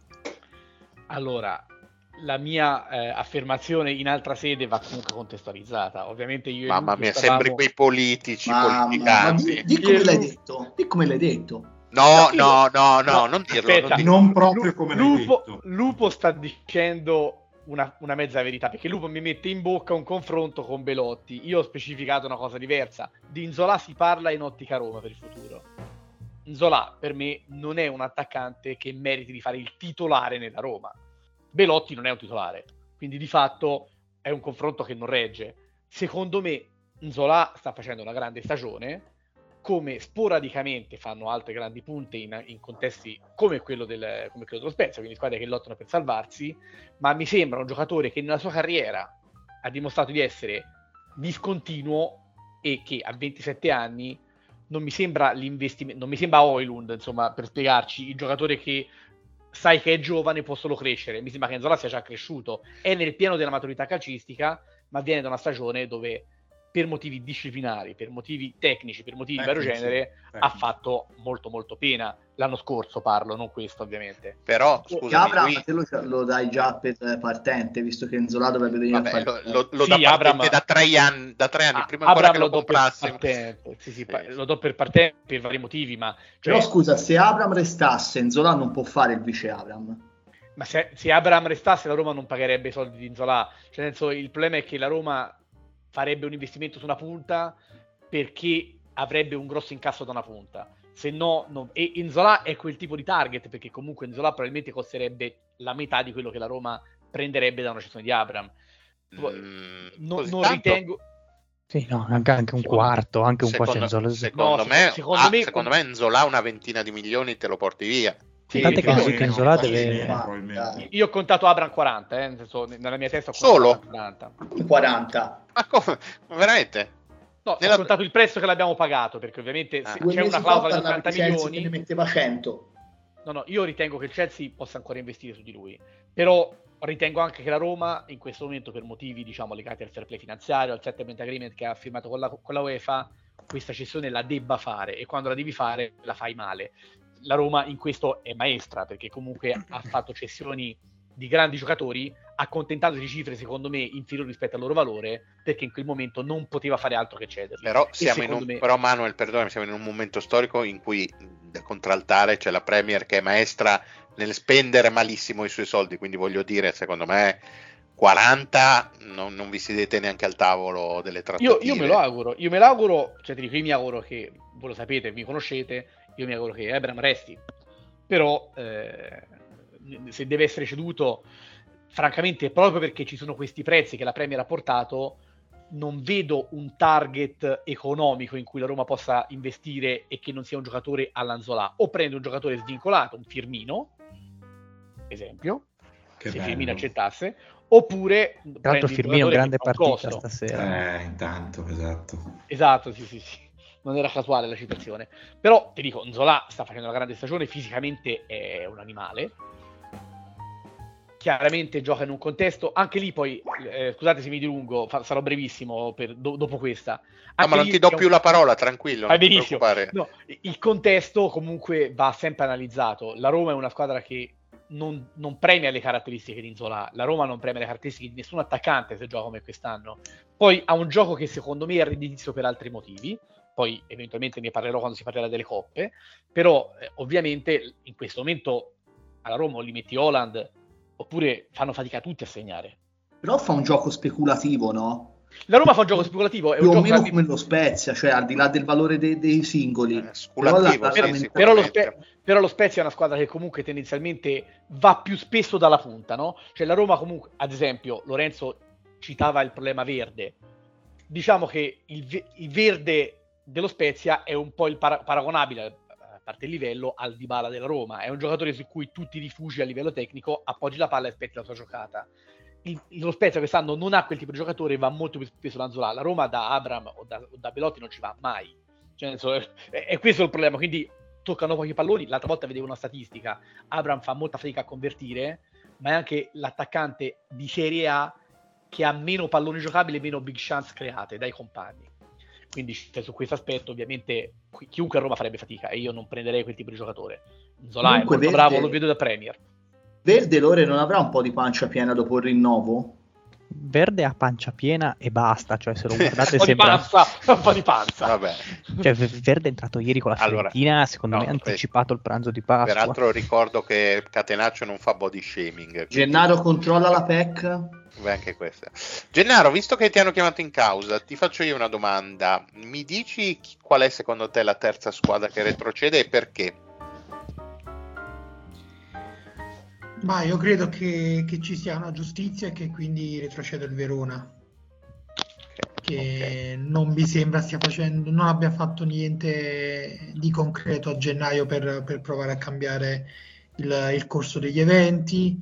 Allora, la mia eh, affermazione in altra sede va comunque contestualizzata. Ovviamente io Mamma e Lupo mia, stavamo... sembri quei politici, ma, politicanti. ma di, di come l'hai detto? Di come l'hai detto? No, Sì, no, no, no, no, non dirlo. aspetta, non, dirlo. Non proprio come l'hai Lupo, detto. Lupo sta dicendo una, una mezza verità, perché Lupo mi mette in bocca un confronto con Belotti. Io ho specificato una cosa diversa. Di Nzola si parla in ottica Roma per il futuro. Nzola per me non è un attaccante che meriti di fare il titolare nella Roma. Belotti non è un titolare, quindi di fatto è un confronto che non regge. Secondo me Nzola sta facendo una grande stagione, come sporadicamente fanno altre grandi punte in, in contesti come quello, del, come quello dello Spezia, quindi squadre che lottano per salvarsi, ma mi sembra un giocatore che nella sua carriera ha dimostrato di essere discontinuo e che a ventisette anni non mi sembra l'investimento, non mi sembra Højlund, insomma, per spiegarci, il giocatore che sai che è giovane, può solo crescere. Mi sembra che Nzola sia già cresciuto, è nel pieno della maturità calcistica, ma viene da una stagione dove per motivi disciplinari, per motivi tecnici, per motivi di vario genere, tecnici. ha fatto molto molto pena. L'anno scorso parlo, non questo ovviamente. Però, Scusa, Abram, lui... te lo, lo dai già per partente, visto che Nzola dovrebbe venire Vabbè, a fare... lo, lo, lo Sì, dà partente Abram... da tre anni, da tre anni Ah, prima ancora Abram che lo, lo do comprassi. per partente, sì, sì, Sì. lo do per partente per vari motivi, ma... Cioè, Però scusa, se Abram restasse, Nzola non può fare il vice Abram. Ma se, se Abram restasse, la Roma non pagherebbe i soldi di Nzola. Cioè, nel senso, il problema è che la Roma farebbe un investimento su una punta perché avrebbe un grosso incasso da una punta. Se no, non... e Nzola è quel tipo di target, perché comunque Nzola probabilmente costerebbe la metà di quello che la Roma prenderebbe da una cessione di Abram. Mm, no, non tanto? ritengo... Sì, no, anche, anche un Secondo- quarto, anche un po' Secondo, Nzola. secondo No, me, secondo ah, me- secondo me Nzola una ventina di milioni te lo porti via. Contate che infatti, Nzola infatti, deve... infatti. Io ho contato Abraham quaranta, eh, nel senso, nella mia testa ho Solo? contato quaranta. quaranta. Ma come? Veramente? No, Nella- ho contato il prezzo che l'abbiamo pagato, perché ovviamente Ah. se Due c'è mesi una clausola fa di parlavi ottanta di Chelsea che milioni. ne metteva cento. No, no, io ritengo che il Chelsea possa ancora investire su di lui, però ritengo anche che la Roma in questo momento, per motivi diciamo legati al fair play finanziario, al settlement agreement che ha firmato con la, con la UEFA, questa cessione la debba fare, e quando la devi fare la fai male. La Roma in questo è maestra, perché comunque ha fatto cessioni di grandi giocatori accontentandosi di cifre secondo me inferiori rispetto al loro valore, perché in quel momento non poteva fare altro che cederli. Però, E siamo in un, secondo me- però Manuel, perdonami, siamo in un momento storico in cui da contraltare c'è la Premier che è maestra nel spendere malissimo i suoi soldi, quindi voglio dire, secondo me quaranta non, non vi sedete neanche al tavolo delle trattative. Io, io me lo auguro, io me l'auguro, cioè ti dico, io mi auguro che, voi lo sapete, mi conoscete, io mi auguro che Abraham resti, però eh, se deve essere ceduto, francamente, proprio perché ci sono questi prezzi che la Premier ha portato, non vedo un target economico in cui la Roma possa investire e che non sia un giocatore all'Anzola. O prende un giocatore svincolato, un Firmino, esempio, Che se bello. Firmino accettasse, oppure Tra l'altro prendi un Firmino giocatore grande che fa un partita costo. stasera. Eh, intanto, esatto. Esatto, sì, sì, sì. Non era casuale la citazione. Però, ti dico, Nzola sta facendo una grande stagione, fisicamente è un animale. Chiaramente gioca in un contesto, anche lì poi, eh, scusate se mi dilungo, fa- sarò brevissimo per, do- dopo questa. No, Anche ma non lì ti do c'è più un- la parola, tranquillo, Fai non ti benissimo. preoccupare. No, il contesto comunque va sempre analizzato. La Roma è una squadra che non, non premia le caratteristiche di Nzola. La Roma non premia le caratteristiche di nessun attaccante se gioca come quest'anno. Poi ha un gioco che secondo me è redditizio per altri motivi. Poi eventualmente ne parlerò quando si parlerà delle coppe. Però eh, ovviamente in questo momento alla Roma o li metti Haaland oppure fanno fatica tutti a segnare. Però fa un gioco speculativo, no? La Roma fa un gioco speculativo, è Più un o gioco meno che- come lo Spezia, cioè al di là del valore dei, dei singoli. Eh, speculativo, Però la- sì, la- sì. però lo, sicuramente. Spe- però lo Spezia è una squadra che comunque tendenzialmente va più spesso dalla punta, no? Cioè la Roma comunque, ad esempio, Lorenzo citava il problema verde. Diciamo che il, ve- il verde dello Spezia è un po' il para- paragonabile, a parte il livello, al Dybala della Roma. È un giocatore su cui tu ti rifugi a livello tecnico, appoggi la palla e aspetti la sua giocata. Il, lo Spezia quest'anno non ha quel tipo di giocatore e va molto più spesso l'Anzola. La Roma da Abraham o da, o da Belotti non ci va mai. Cioè, nel senso, è, è questo il problema. Quindi toccano pochi palloni. L'altra volta vedevo una statistica. Abraham fa molta fatica a convertire, ma è anche l'attaccante di Serie A che ha meno palloni giocabili e meno big chance create dai compagni. Quindi cioè, su questo aspetto ovviamente qui, chiunque a Roma farebbe fatica e io non prenderei quel tipo di giocatore. Zola è Comunque, molto Verde- bravo, lo vedo da Premier. Verde Lore non avrà un po' di pancia piena dopo il rinnovo? Verde ha pancia piena e basta, cioè se lo un guardate po' di sembra... panza, un po' di panza. Vabbè. Cioè, V- Verde è entrato ieri con la Allora, Fiorentina, secondo no, me ha eh, anticipato il pranzo di Pasqua. Peraltro ricordo che Catenaccio non fa body shaming. quindi- Gennaro controlla la P E C? Beh, anche questa. Gennaro, visto che ti hanno chiamato in causa, ti faccio io una domanda. Mi dici chi- qual è secondo te la terza squadra che retrocede e perché? Ma io credo che, che ci sia una giustizia e che quindi retroceda il Verona, che non mi sembra stia facendo, non abbia fatto niente di concreto a gennaio per, per provare a cambiare il, il corso degli eventi,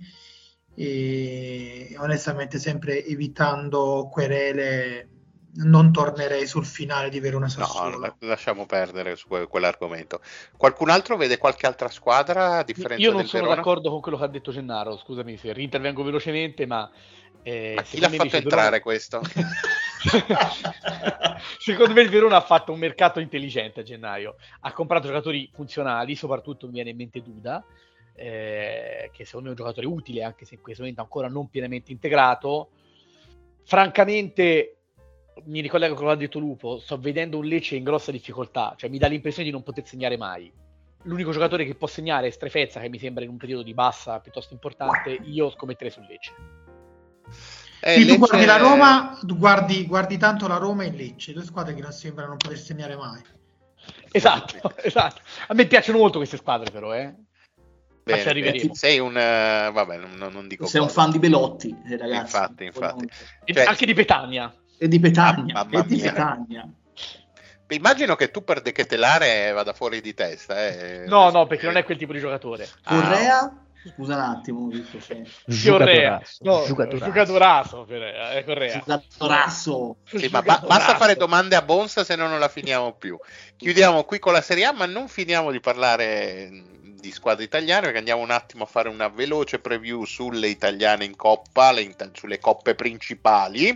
e onestamente sempre evitando querele non tornerei sul finale di Verona No, Sassuolo. la- lasciamo perdere su que- quell'argomento. Qualcun altro vede qualche altra squadra a differenza Io non del sono Verona? d'accordo con quello che ha detto Gennaro, scusami se rintervengo velocemente, ma... eh, Ma chi l'ha secondo me fatto invece il entrare Verona- questo? Secondo me il Verona ha fatto un mercato intelligente a gennaio, ha comprato giocatori funzionali, soprattutto mi viene in mente Duda, eh, che secondo me è un giocatore utile anche se in questo momento ancora non pienamente integrato. Francamente mi ricollego a quello che ha detto Lupo, sto vedendo un Lecce in grossa difficoltà, cioè mi dà l'impressione di non poter segnare mai. L'unico giocatore che può segnare è Strefezza, che mi sembra in un periodo di bassa piuttosto importante. Io scommetterei sul Lecce. Eh, Quindi tu Lecce- guardi la Roma, tu guardi, guardi tanto la Roma e il Lecce, due squadre che non sembrano non poter segnare mai. Esatto, esatto. A me piacciono molto queste squadre però, eh. Ma ci Bene, arriveremo. sei un... eh, vabbè, non, non dico Sei un cosa. fan di Belotti, eh, ragazzi. Infatti, infatti. E Cioè- anche di Petagna. E di Petagna. Ah, mamma e di mia. Petagna. Immagino che tu per dechetelare vada fuori di testa. Eh. No, no, perché non è quel tipo di giocatore. Correa? Ah. Scusa un attimo, visto che... Giocatorasso. No, Giocatorasso. Giocatorasso, è Correa. Giocatorasso. Sì, ma ba- basta fare domande a Bonsa, se no non la finiamo più. Chiudiamo qui con la Serie A, ma non finiamo di parlare di squadre italiane, perché andiamo un attimo a fare una veloce preview sulle italiane in Coppa, le, sulle coppe principali,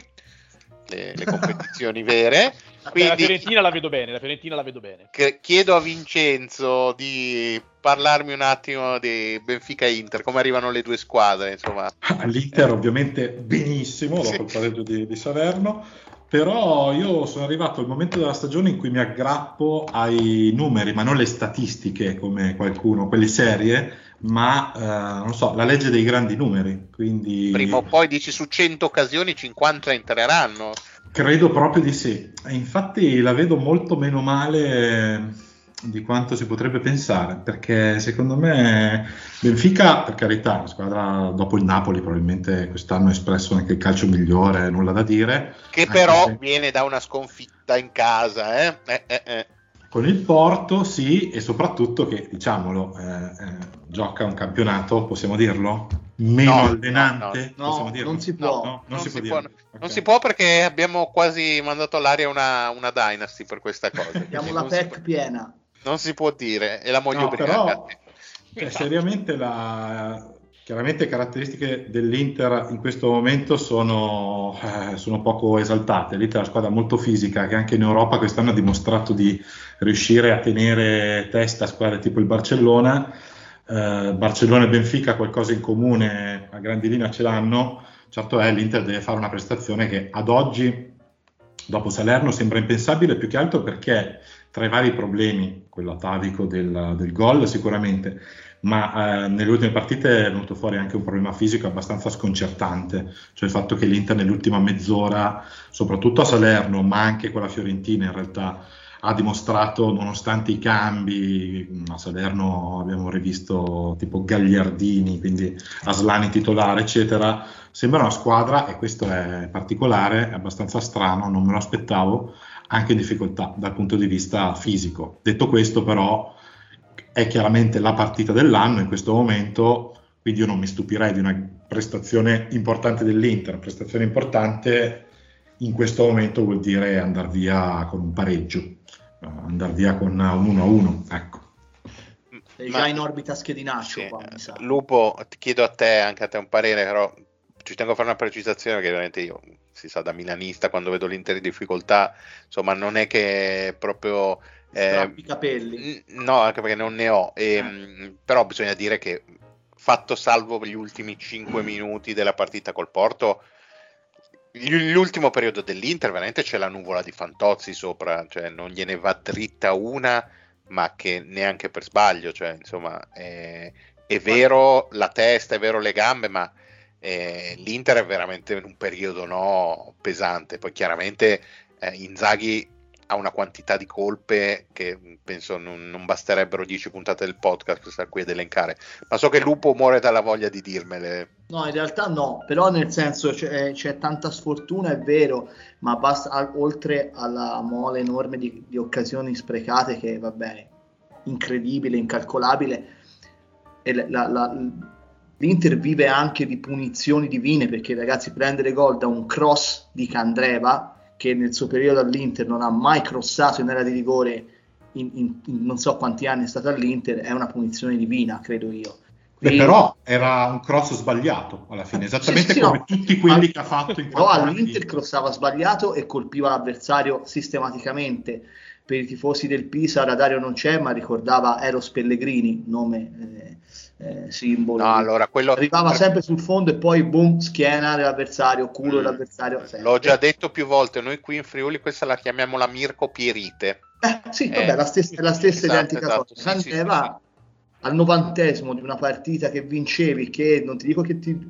le, le competizioni vere. Quindi, la Fiorentina la vedo bene, la Fiorentina la vedo bene. Chiedo a Vincenzo di parlarmi un attimo di Benfica e Inter, come arrivano le due squadre, insomma. L'Inter ovviamente benissimo dopo sì. il pareggio di, di Salerno, però io sono arrivato al momento della stagione in cui mi aggrappo ai numeri, ma non le statistiche come qualcuno, quelle serie, ma eh, non so, la legge dei grandi numeri. Quindi prima o poi dici su cento occasioni cinquanta entreranno. Credo proprio di sì, e infatti la vedo molto meno male di quanto si potrebbe pensare, perché secondo me Benfica, per carità, la squadra dopo il Napoli probabilmente quest'anno ha espresso anche il calcio migliore, nulla da dire. Che però se... viene da una sconfitta in casa, eh? Eh, eh, eh. Con il Porto sì, e soprattutto che, diciamolo, eh, eh, gioca un campionato, possiamo dirlo? Meno no, allenante, no, no, possiamo dirlo? non si può, no, no, non, non si, si può, può, dirlo. non Okay. si può perché abbiamo quasi mandato all'aria una, una Dynasty per questa cosa. Abbiamo la P E C piena. Non si può dire, e la moglie No, ubriaca. però, cioè, seriamente, la, chiaramente le caratteristiche dell'Inter in questo momento sono, eh, sono poco esaltate. L'Inter è una squadra molto fisica che anche in Europa quest'anno ha dimostrato di riuscire a tenere testa a squadre tipo il Barcellona. Eh, Barcellona e Benfica qualcosa in comune a grandi linee ce l'hanno. Certo è, l'Inter deve fare una prestazione che ad oggi, dopo Salerno, sembra impensabile, più che altro perché tra i vari problemi, quello atavico del, del gol sicuramente, ma eh, nelle ultime partite è venuto fuori anche un problema fisico abbastanza sconcertante, cioè il fatto che l'Inter nell'ultima mezz'ora, soprattutto a Salerno, ma anche con la Fiorentina in realtà, ha dimostrato, nonostante i cambi, a Salerno abbiamo rivisto tipo Gagliardini, quindi Aslani titolare, eccetera, sembra una squadra, e questo è particolare, è abbastanza strano, non me lo aspettavo, anche in difficoltà dal punto di vista fisico. Detto questo, però, è chiaramente la partita dell'anno in questo momento, quindi io non mi stupirei di una prestazione importante dell'Inter. Prestazione importante in questo momento vuol dire andare via con un pareggio, andare via con un uno a uno, ecco. Sei già in orbita schedinaccio, sì, qua, mi sa. Lupo, ti chiedo a te, anche a te un parere, però ci tengo a fare una precisazione, che veramente io, si sa, da milanista, quando vedo l'Inter in difficoltà, insomma, non è che proprio eh, i capelli, no, anche perché non ne ho, e, eh. però bisogna dire che, fatto salvo gli ultimi cinque minuti della partita col Porto, l'ultimo periodo dell'Inter veramente c'è la nuvola di Fantozzi sopra, cioè non gliene va dritta una, ma che neanche per sbaglio, cioè insomma è, è vero la testa, è vero le gambe, ma eh, l'Inter è veramente in un periodo no pesante. Poi chiaramente eh, Inzaghi ha una quantità di colpe che penso non, non basterebbero dieci puntate del podcast per stare qui ad elencare, ma so che Lupo muore dalla voglia di dirmele. No, in realtà no, però nel senso c'è, c'è tanta sfortuna, è vero, ma basta, oltre alla mole enorme di, di occasioni sprecate, che va bene, incredibile, incalcolabile, e la, la, la, l'Inter vive anche di punizioni divine, perché ragazzi, prendere gol da un cross di Candreva, che nel suo periodo all'Inter non ha mai crossato in area di rigore in, in, in non so quanti anni è stato all'Inter, è una punizione divina, credo io. Beh, però era un cross sbagliato alla fine, esattamente sì, sì, come no. tutti quelli ma, che ha fatto in però all'Inter crossava sbagliato e colpiva l'avversario sistematicamente. Per i tifosi del Pisa Radario non c'è, ma ricordava Eros Pellegrini, nome eh, eh, simbolo. No, allora, quello... arrivava sempre sul fondo e poi boom, schiena dell'avversario, culo mm. dell'avversario. Sempre. L'ho già detto più volte, noi qui in Friuli questa la chiamiamo la Mirko Pierite. Eh, sì, vabbè, eh, la stessa, la stessa esatto, identica esatto, cosa. Sì, sì, sì, sì. Al novantesimo di una partita che vincevi, che non ti dico che ti,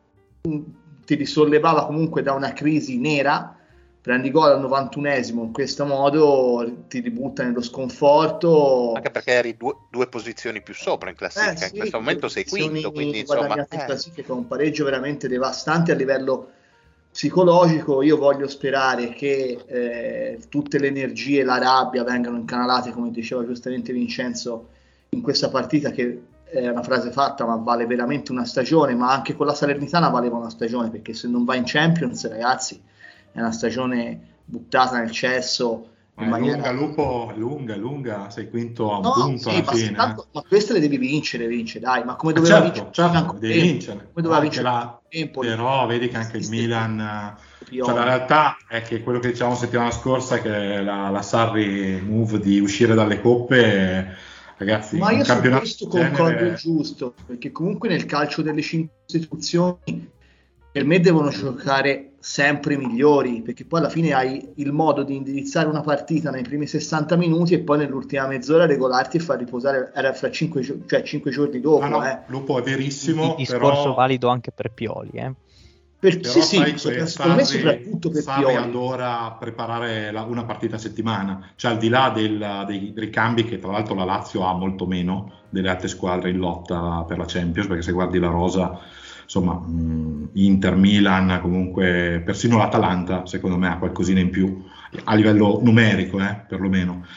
ti risollevava comunque da una crisi nera, prendi gol al novantunesimo in questo modo, ti ributta nello sconforto, anche perché eri due, due posizioni più sopra in classifica, eh, sì, in questo momento sei quinto, quindi insomma eh. classifica, un pareggio veramente devastante a livello psicologico. Io voglio sperare che eh, tutte le energie e la rabbia vengano incanalate, come diceva giustamente Vincenzo, in questa partita, che è una frase fatta ma vale veramente una stagione, ma anche con la Salernitana valeva una stagione, perché se non va in Champions, ragazzi, è una stagione buttata nel cesso. Ma è maniera... lunga, Lupo, lunga, lunga, sei quinto a un no, punto sì, alla ma fine. Tanto, eh. Ma queste le devi vincere, vince, dai, ma come doveva certo, vincere? Certo, devi vincere. Come doveva vincere la... Però vedi che anche il Milan, cioè la realtà è che quello che dicevamo settimana scorsa, che la, la Sarri move di uscire dalle coppe, ragazzi, ma io su questo concordo genere... il giusto, perché comunque nel calcio delle cinque istituzioni per me devono giocare sempre i migliori, perché poi alla fine hai il modo di indirizzare una partita nei primi sessanta minuti e poi nell'ultima mezz'ora regolarti e far riposare, era fra cinque, cioè cinque giorni dopo. Ah, no, eh. Lupo, è verissimo. Il discorso però... valido anche per Pioli, eh. Per, Però sì, sai, sì, sopra, Sarri, secondo me soprattutto per Sarri Pioli. adora preparare la, una partita a settimana, cioè al di là del, dei ricambi, che tra l'altro la Lazio ha molto meno delle altre squadre in lotta per la Champions, perché se guardi la rosa, insomma, mh, Inter, Milan, comunque persino l'Atalanta secondo me ha qualcosina in più a livello numerico, eh, perlomeno.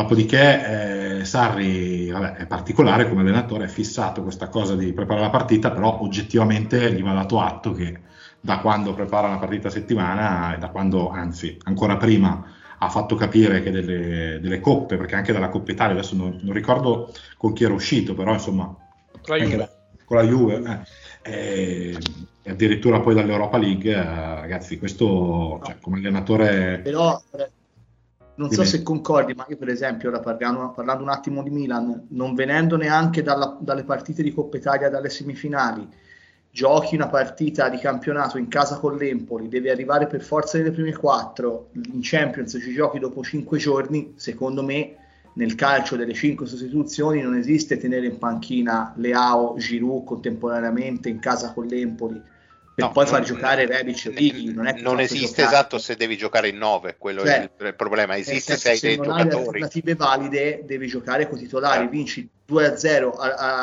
Dopodiché eh, Sarri vabbè, è particolare come allenatore, è fissato questa cosa di preparare la partita, però oggettivamente gli va dato atto che da quando prepara una partita a settimana, e da quando, anzi, ancora prima, ha fatto capire che delle, delle coppe, perché anche dalla Coppa Italia, adesso non, non ricordo con chi era uscito, però insomma, con la Juve, da, con la Juve eh, e, e addirittura poi dall'Europa League, eh, ragazzi, questo no. Cioè, come allenatore... Però eh, non so se concordi, ma io per esempio, ora parlando, parlando un attimo di Milan, non venendo neanche dalla, dalle partite di Coppa Italia, dalle semifinali, giochi una partita di campionato in casa con l'Empoli, devi arrivare per forza nelle prime quattro, in Champions ci giochi dopo cinque giorni, secondo me nel calcio delle cinque sostituzioni non esiste tenere in panchina Leao, Giroud contemporaneamente in casa con l'Empoli per no, poi far giocare Rebic e Righi. Non, è non esiste giocare. Esatto, se devi giocare in nove, quello cioè, è il problema. Esiste se hai dei non giocatori. Se hai alternative valide, devi giocare con i titolari, eh. vinci due a zero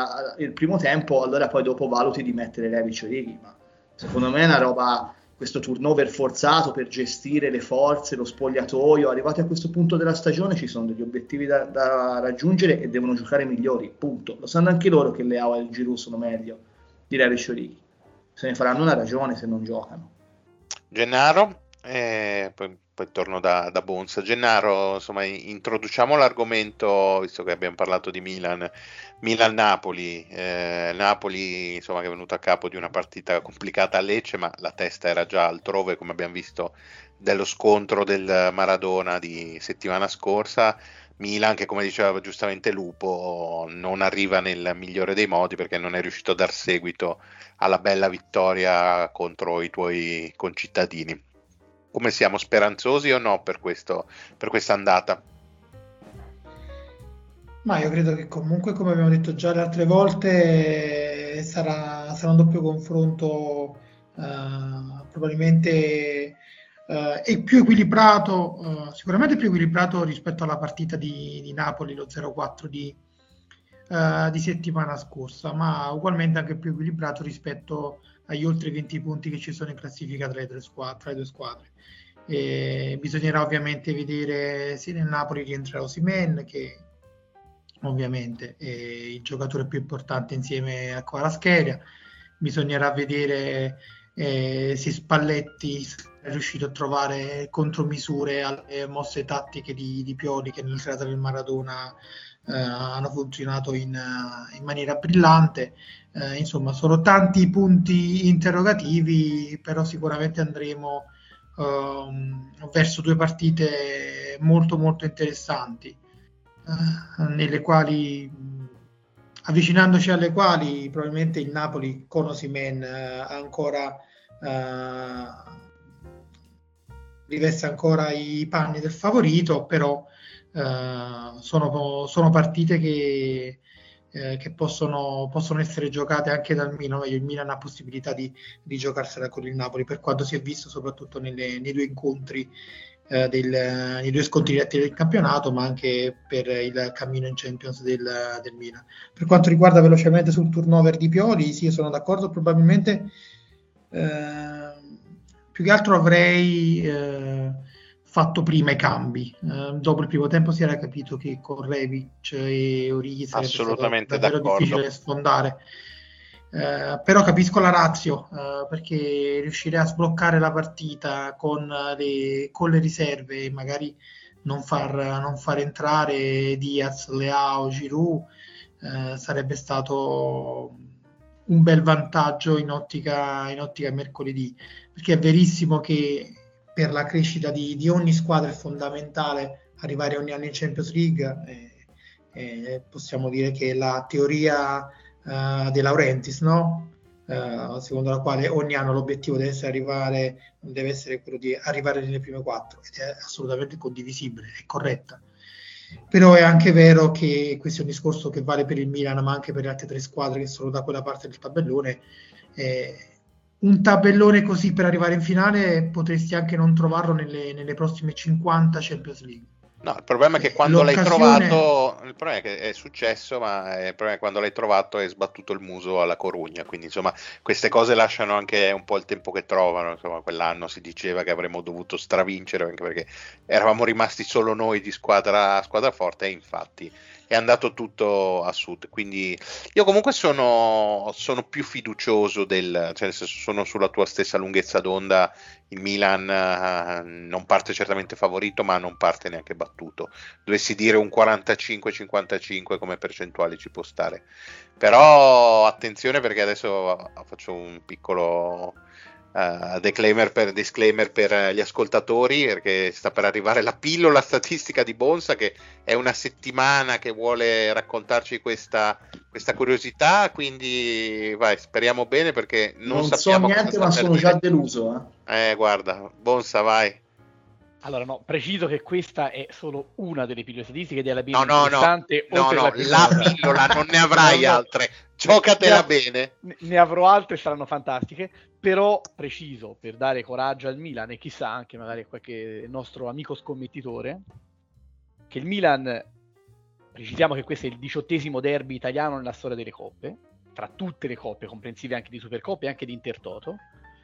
il primo tempo, allora poi dopo valuti di mettere Rebic e Righi. Ma secondo me è una roba, questo turnover forzato per gestire le forze, lo spogliatoio. Arrivati a questo punto della stagione ci sono degli obiettivi da, da raggiungere e devono giocare migliori, punto. Lo sanno anche loro che Leao e il Giroud sono meglio di Rebic e Righi. Se ne faranno una ragione se non giocano. Gennaro, eh, poi, poi torno da, da Bonsa. Gennaro, insomma, introduciamo l'argomento, visto che abbiamo parlato di Milan, Milan-Napoli. Eh, Napoli, insomma, che è venuto a capo di una partita complicata a Lecce, ma la testa era già altrove, come abbiamo visto dello scontro del Maradona di settimana scorsa. Milan, che come diceva giustamente Lupo, non arriva nel migliore dei modi perché non è riuscito a dar seguito alla bella vittoria contro i tuoi concittadini. Come siamo, speranzosi o no per questo, per questa andata? Ma io credo che comunque, come abbiamo detto già le altre volte, sarà, sarà un doppio confronto uh, probabilmente Uh, è più equilibrato, uh, sicuramente più equilibrato rispetto alla partita di, di Napoli, lo zero quattro di, uh, di settimana scorsa, ma ugualmente anche più equilibrato rispetto agli oltre venti punti che ci sono in classifica tra le, tre squadre, tra le due squadre. E bisognerà ovviamente vedere se nel Napoli rientrerà Osimhen, che ovviamente è il giocatore più importante insieme a Kvaratskhelia. Bisognerà vedere eh, se Spalletti è riuscito a trovare contromisure alle mosse tattiche di, di Pioli, che nel teatro del Maradona eh, hanno funzionato in, in maniera brillante. Eh, insomma, sono tanti punti interrogativi, però sicuramente andremo eh, verso due partite molto molto interessanti, eh, nelle quali, avvicinandoci alle quali probabilmente il Napoli con Osimhen eh, ancora eh, riveste ancora i panni del favorito, però eh, sono, sono partite che, eh, che possono, possono essere giocate anche dal Milan. Il Milan ha possibilità di, di giocarsela con il Napoli, per quanto si è visto soprattutto nelle, nei due incontri, eh, del, nei due scontri diretti del campionato, ma anche per il cammino in Champions del, del Milan. Per quanto riguarda velocemente sul turnover di Pioli, sì, sono d'accordo, probabilmente eh, più che altro avrei eh, fatto prima i cambi. Eh, dopo il primo tempo si era capito che con Rebic e Origi sarebbe Assolutamente stato davvero d'accordo. difficile sfondare. Eh, però capisco la ratio, eh, perché riuscire a sbloccare la partita con le, con le riserve e magari non far, non far entrare Diaz, Leao, Giroud eh, sarebbe stato un bel vantaggio in ottica, in ottica mercoledì, perché è verissimo che per la crescita di, di ogni squadra è fondamentale arrivare ogni anno in Champions League. E, e possiamo dire che la teoria Uh, De Laurentiis, no? Uh, secondo la quale ogni anno l'obiettivo deve essere arrivare, deve essere quello di arrivare nelle prime quattro, ed è assolutamente condivisibile, è corretta. Però è anche vero che questo è un discorso che vale per il Milan, ma anche per le altre tre squadre che sono da quella parte del tabellone. Eh, un tabellone così per arrivare in finale potresti anche non trovarlo nelle, nelle prossime cinquanta Champions League. No, il problema è che quando L'occasione... l'hai trovato, il problema è che è successo, ma il problema è che quando l'hai trovato hai sbattuto il muso alla Corugna, quindi insomma queste cose lasciano anche un po' il tempo che trovano. Insomma, quell'anno si diceva che avremmo dovuto stravincere anche perché eravamo rimasti solo noi di squadra, squadra forte, e infatti è andato tutto a sud. Quindi io comunque sono, sono più fiducioso del, cioè nel senso, sono sulla tua stessa lunghezza d'onda. Il Milan uh, non parte certamente favorito, ma non parte neanche battuto. Dovessi dire un quarantacinque cinquantacinque come percentuale ci può stare. Però attenzione, perché adesso faccio un piccolo uh, disclaimer, per, disclaimer per gli ascoltatori, perché sta per arrivare la pillola statistica di Bonsa, che è una settimana che vuole raccontarci questa, questa curiosità, quindi vai, speriamo bene, perché non, non sappiamo so niente, cosa ma sta sono per già dire. deluso. Eh. Eh, guarda, Bonsa, vai. Allora, no, preciso che questa è solo una delle pillole statistiche ed è la più No, no, no, interessante. no, oltre no, alla più la nota. pillola, non ne avrai No, no. altre. Giocatela Ne av- bene. Ne, ne avrò altre, saranno fantastiche, però preciso, per dare coraggio al Milan e chissà anche magari a qualche nostro amico scommettitore, che il Milan, precisiamo che questo è il diciottesimo derby italiano nella storia delle coppe, tra tutte le coppe, comprensive anche di Supercoppe e anche di Intertoto.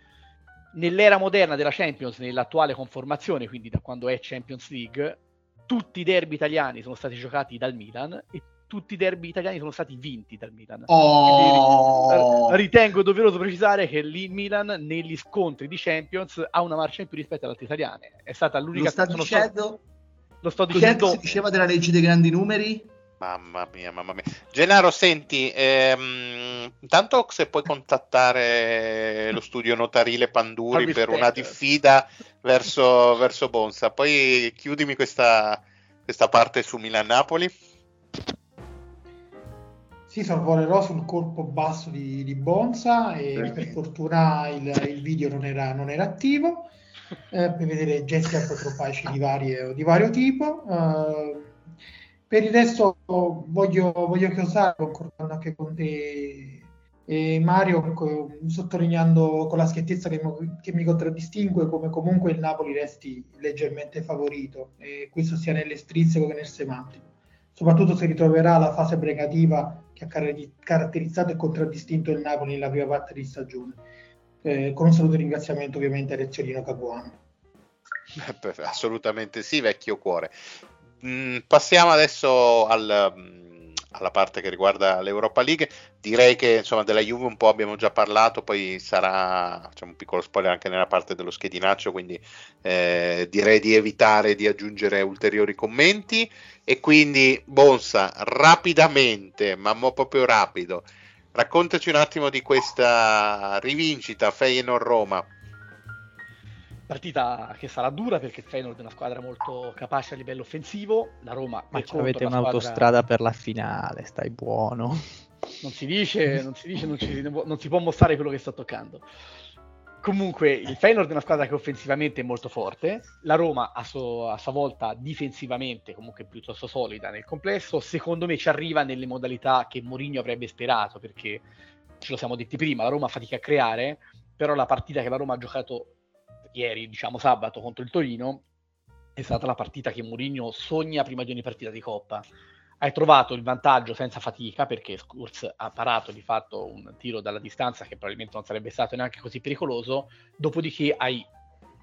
Nell'era moderna della Champions, nell'attuale conformazione, quindi da quando è Champions League, tutti i derby italiani sono stati giocati dal Milan e tutti i derby italiani sono stati vinti dal Milan. Oh. Quindi, ritengo doveroso precisare che il Milan negli scontri di Champions ha una marcia in più rispetto alle altre italiane. È stata l'unica... Lo sta sono dicendo? sto, lo sto Cos'è dicendo... che si diceva della legge dei grandi numeri? Mamma mia, mamma mia. Gennaro, senti, ehm, intanto se puoi contattare lo studio notarile Panduri Fammi per una spendere. diffida verso, verso Bonsa, poi chiudimi questa, questa parte su Milan-Napoli. Sì, sorvolerò sul colpo basso di, di Bonsa e per fortuna il, il video non era, non era attivo eh, per vedere gesti apotropaici di, varie, di vario tipo. Uh, per il resto voglio, voglio chiosare, concordando anche con te e Mario, co- sottolineando con la schiettezza che, mo- che mi contraddistingue come comunque il Napoli resti leggermente favorito, e questo sia nell'estrinseco che nel semantico, soprattutto se ritroverà la fase bregativa che ha car- caratterizzato e contraddistinto il Napoli nella prima parte di stagione. Eh, con un saluto e ringraziamento ovviamente a Rezzolino Capuano. Eh, assolutamente sì, vecchio cuore. Mm, passiamo adesso al, mm, alla parte che riguarda l'Europa League. Direi che insomma della Juve un po' abbiamo già parlato, poi sarà, facciamo un piccolo spoiler anche nella parte dello schedinaccio, quindi eh, direi di evitare di aggiungere ulteriori commenti. E quindi Bonsa, rapidamente, ma mo proprio rapido, raccontaci un attimo di questa rivincita Feyenoord-Roma. Partita che sarà dura perché il Feyenoord è una squadra molto capace a livello offensivo, la Roma Ma per contro avete è una un'autostrada squadra... per la finale, stai buono. Non si dice, non si dice, non, ci, non si può mostrare quello che sto toccando. Comunque il Feyenoord è una squadra che offensivamente è molto forte, la Roma a, so, a sua volta difensivamente comunque piuttosto solida nel complesso. Secondo me ci arriva nelle modalità che Mourinho avrebbe sperato, perché ce lo siamo detti prima, la Roma fatica a creare, però la partita che la Roma ha giocato ieri, diciamo sabato, contro il Torino è stata la partita che Mourinho sogna prima di ogni partita di Coppa. Hai trovato il vantaggio senza fatica, perché Skurz ha parato di fatto un tiro dalla distanza che probabilmente non sarebbe stato neanche così pericoloso, dopodiché hai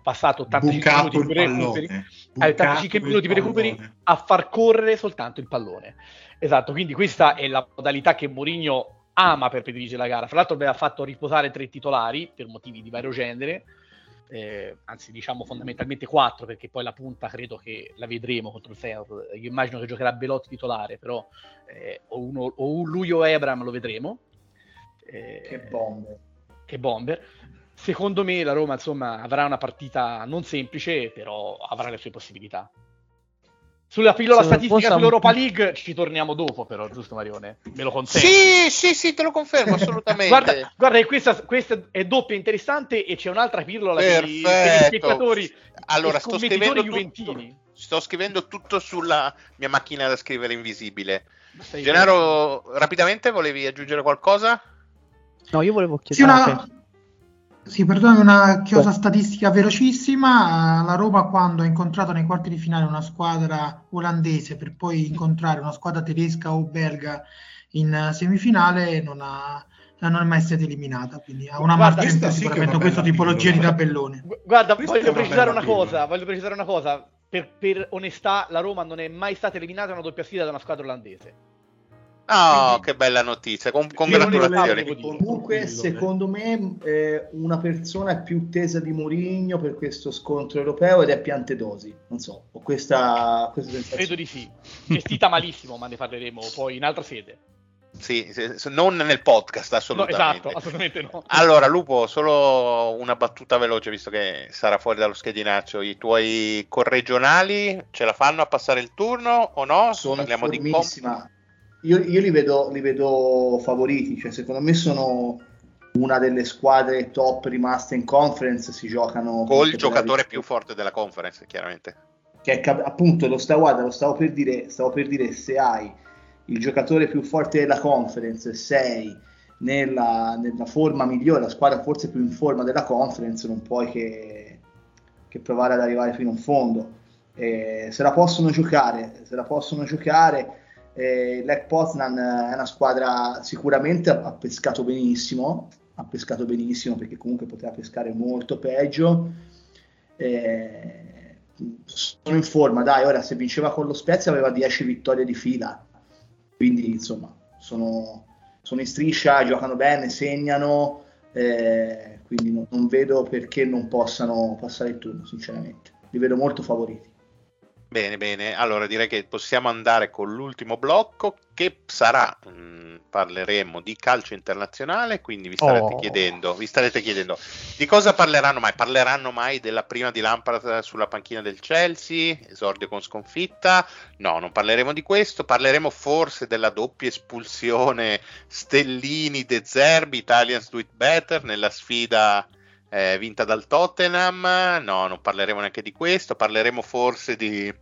passato ottantacinque Bucato minuti per il recuperi, pallone. eh, ottantacinque Bucato minuti il per recuperi pallone. a far correre soltanto il pallone. Esatto, quindi questa è la modalità che Mourinho ama per predirigere la gara. Fra l'altro aveva fatto riposare tre titolari per motivi di vario genere, eh, anzi diciamo fondamentalmente quattro, perché poi la punta credo che la vedremo contro il Feyenoord. Io immagino che giocherà Belotti titolare, però eh, o, uno, o lui o Ebram lo vedremo. Eh, Che bomber. Che bomber. Secondo me la Roma insomma avrà una partita non semplice, però avrà le sue possibilità. Sulla pillola Se statistica fosse sull'Europa un- League ci torniamo dopo, però, giusto Marione? Me lo consenti? Sì, sì, sì, te lo confermo assolutamente. Guarda, guarda che questa, questa è doppia interessante e c'è un'altra pillola per, i- per gli Perfetto. spettatori Allora, e sto scommettitori scrivendo juventini. tutto, sto scrivendo tutto sulla mia macchina da scrivere invisibile. Stai- Gennaro, rapidamente volevi aggiungere qualcosa? No, io volevo Sì, chiedere... una... ah, ok. sì, perdonami, una chiosa Beh. statistica velocissima. La Roma, quando ha incontrato nei quarti di finale una squadra olandese per poi incontrare una squadra tedesca o belga in semifinale, non, ha, non è mai stata eliminata. Quindi ha una Guarda, marcia in questa più sì che è sicuramente una questa bella tipologia di pillola. tabellone. Gu- Guarda, Questa è voglio una precisare bella una cosa, pillola. voglio precisare una cosa. Per, per onestà, la Roma non è mai stata eliminata in una doppia sfida da una squadra olandese. Oh, Quindi- che bella notizia. Con- Io congratulazioni. volevo dire. Comunque, secondo me, eh, una persona è più tesa di Mourinho per questo scontro europeo ed è Piantedosi. Non so, ho questa, questa sensazione. Credo di sì. Gestita malissimo, ma ne parleremo poi in altra sede. Sì, se- se- non nel podcast, No, assolutamente. esatto, assolutamente no. Allora, Lupo, solo una battuta veloce, visto che sarà fuori dallo schedinaccio. I tuoi corregionali ce la fanno a passare il turno o no? Sono Parliamo di formissima. Io, io li vedo, li vedo favoriti, cioè secondo me sono una delle squadre top rimaste in conference, si giocano col per giocatore la- più forte della conference, chiaramente. che è cap- appunto lo stavo, guarda, lo stavo per dire, stavo per dire se hai il giocatore più forte della conference, sei nella, nella forma migliore, la squadra forse più in forma della conference, non puoi che, che provare ad arrivare fino in fondo. Eh, se la possono giocare, se la possono giocare. Eh, Lech Poznan è una squadra, sicuramente ha, ha pescato benissimo, ha pescato benissimo perché comunque poteva pescare molto peggio. Eh, sono in forma, dai, ora se vinceva con lo Spezia aveva dieci vittorie di fila, quindi insomma sono, sono in striscia, giocano bene, segnano, eh, quindi non, non vedo perché non possano passare il turno, sinceramente li vedo molto favoriti. Bene, bene, allora direi che possiamo andare con l'ultimo blocco che sarà, mh, parleremo di calcio internazionale, quindi vi starete Oh. chiedendo, vi starete chiedendo di cosa parleranno mai? Parleranno mai della prima di Lampard sulla panchina del Chelsea, esordio con sconfitta? No, non parleremo di questo, parleremo forse della doppia espulsione Stellini-De Zerbi, Italians do it better, nella sfida eh, vinta dal Tottenham. No, non parleremo neanche di questo, parleremo forse di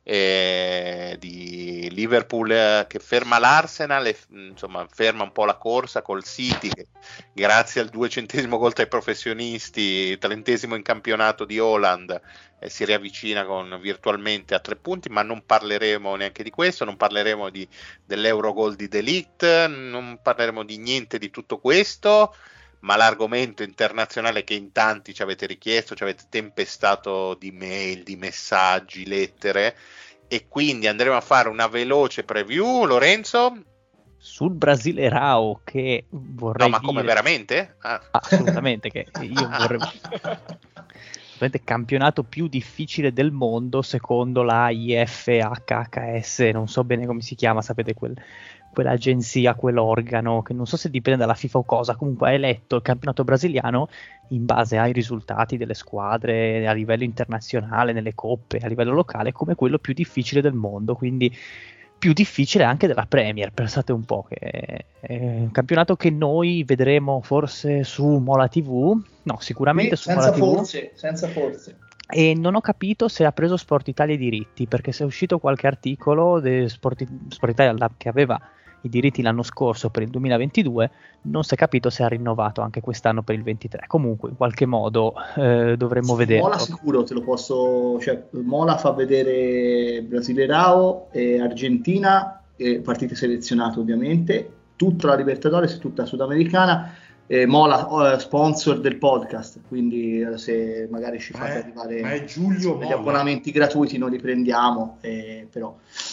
eh, di Liverpool eh, che ferma l'Arsenal e insomma ferma un po' la corsa col City che grazie al duecentesimo gol ai professionisti, trentesimo in campionato di Haaland, eh, si riavvicina con virtualmente a tre punti, ma non parleremo neanche di questo, non parleremo di, dell'Eurogol di De Ligt, non parleremo di niente di tutto questo, ma l'argomento internazionale che in tanti ci avete richiesto, ci avete tempestato di mail, di messaggi, lettere, e quindi andremo a fare una veloce preview. Lorenzo? Sul Brasile Rao, che vorrei No, ma dire... come veramente? Ah. Assolutamente, che io vorrei... Assolutamente campionato più difficile del mondo secondo la I F H H S, non so bene come si chiama, sapete quel... quell'agenzia, quell'organo che non so se dipende dalla FIFA o cosa, comunque ha eletto il campionato brasiliano in base ai risultati delle squadre a livello internazionale, nelle coppe, a livello locale, come quello più difficile del mondo, quindi più difficile anche della Premier, pensate un po', che è un campionato che noi vedremo forse su Mola tivù, no, sicuramente Sì, su senza Mola tivù. forze, senza forze. E non ho capito se ha preso Sport Italia i diritti, perché se è uscito qualche articolo di Sport, Sport Italia che aveva i diritti l'anno scorso per il duemilaventidue, non si è capito se ha rinnovato anche quest'anno per il ventitré. Comunque in qualche modo eh, dovremmo vedere. Mola sicuro, te lo posso, cioè Mola fa vedere Brasilerao e Argentina, e partite selezionate ovviamente, tutta la Libertadores e tutta la Sudamericana. eh, Mola, eh, sponsor del podcast, quindi eh, se magari ci Ma fate è- arrivare ma è Giulio degli Mola. abbonamenti gratuiti non li prendiamo, eh, però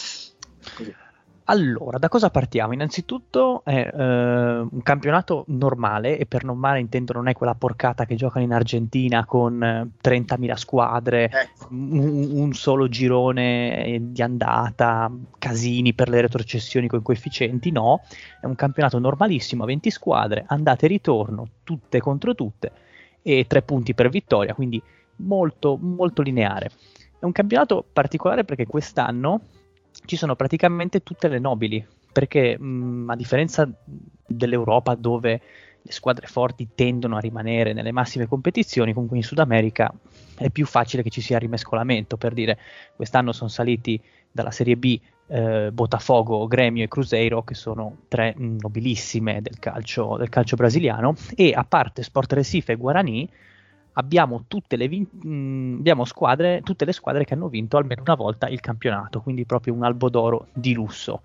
così. Allora, da cosa partiamo? Innanzitutto è eh, un campionato normale, e per normale intendo non è quella porcata che giocano in Argentina con eh, trentamila squadre, Ecco. un, un solo girone di andata, casini per le retrocessioni con coefficienti. No, è un campionato normalissimo a venti squadre, andata e ritorno, tutte contro tutte, e tre punti per vittoria, quindi molto, molto lineare. È un campionato particolare perché quest'anno ci sono praticamente tutte le nobili, perché mh, a differenza dell'Europa, dove le squadre forti tendono a rimanere nelle massime competizioni, comunque in Sud America è più facile che ci sia rimescolamento. Per dire, quest'anno sono saliti dalla Serie B eh, Botafogo, Grêmio e Cruzeiro, che sono tre mh, nobilissime del calcio, del calcio brasiliano, e a parte Sport Recife e Guarani abbiamo tutte le, vin- mh, abbiamo squadre, tutte le squadre che hanno vinto almeno una volta il campionato, quindi proprio un albo d'oro di lusso.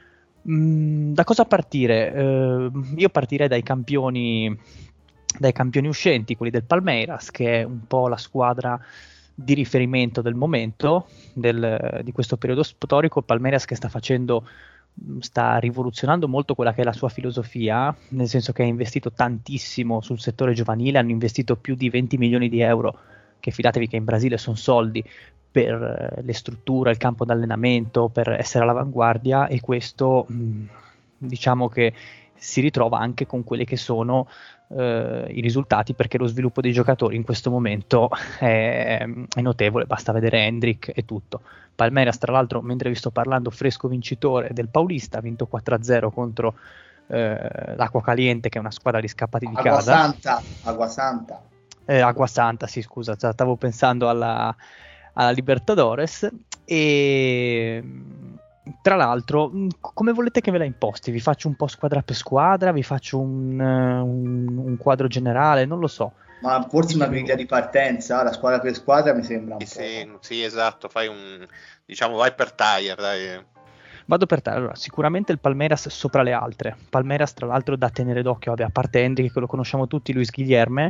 Mh, da cosa partire? Eh, io partirei dai campioni, dai campioni uscenti, quelli del Palmeiras, che è un po' la squadra di riferimento del momento, del, di questo periodo storico. Il Palmeiras che sta facendo sta rivoluzionando molto quella che è la sua filosofia, nel senso che ha investito tantissimo sul settore giovanile, hanno investito più di venti milioni di euro, che fidatevi che in Brasile sono soldi, per le strutture, il campo d'allenamento, per essere all'avanguardia, e questo mh, diciamo che si ritrova anche con quelli che sono eh, i risultati, perché lo sviluppo dei giocatori in questo momento è, è notevole, basta vedere Hendrick e tutto. Palmeiras, tra l'altro, mentre vi sto parlando, fresco vincitore del Paulista, ha vinto quattro a zero contro eh, l'Acqua Caliente, che è una squadra di scappati di Agua casa. Santa, Agua Santa. Eh, Acqua Santa, sì, scusa, stavo pensando alla, alla Libertadores. E tra l'altro, come volete che ve la imposti? Vi faccio un po' squadra per squadra, vi faccio un, un, un quadro generale, non lo so. Ma forse una griglia di partenza, la squadra per squadra mi sembra un Sì, po'. sì, sì, esatto, fai un, diciamo, vai per tire, dai. Vado per te. Allora, sicuramente il Palmeiras sopra le altre. Palmeiras, tra l'altro, da tenere d'occhio, vabbè, a parte Hendrick, che lo conosciamo tutti, Luis Guilherme.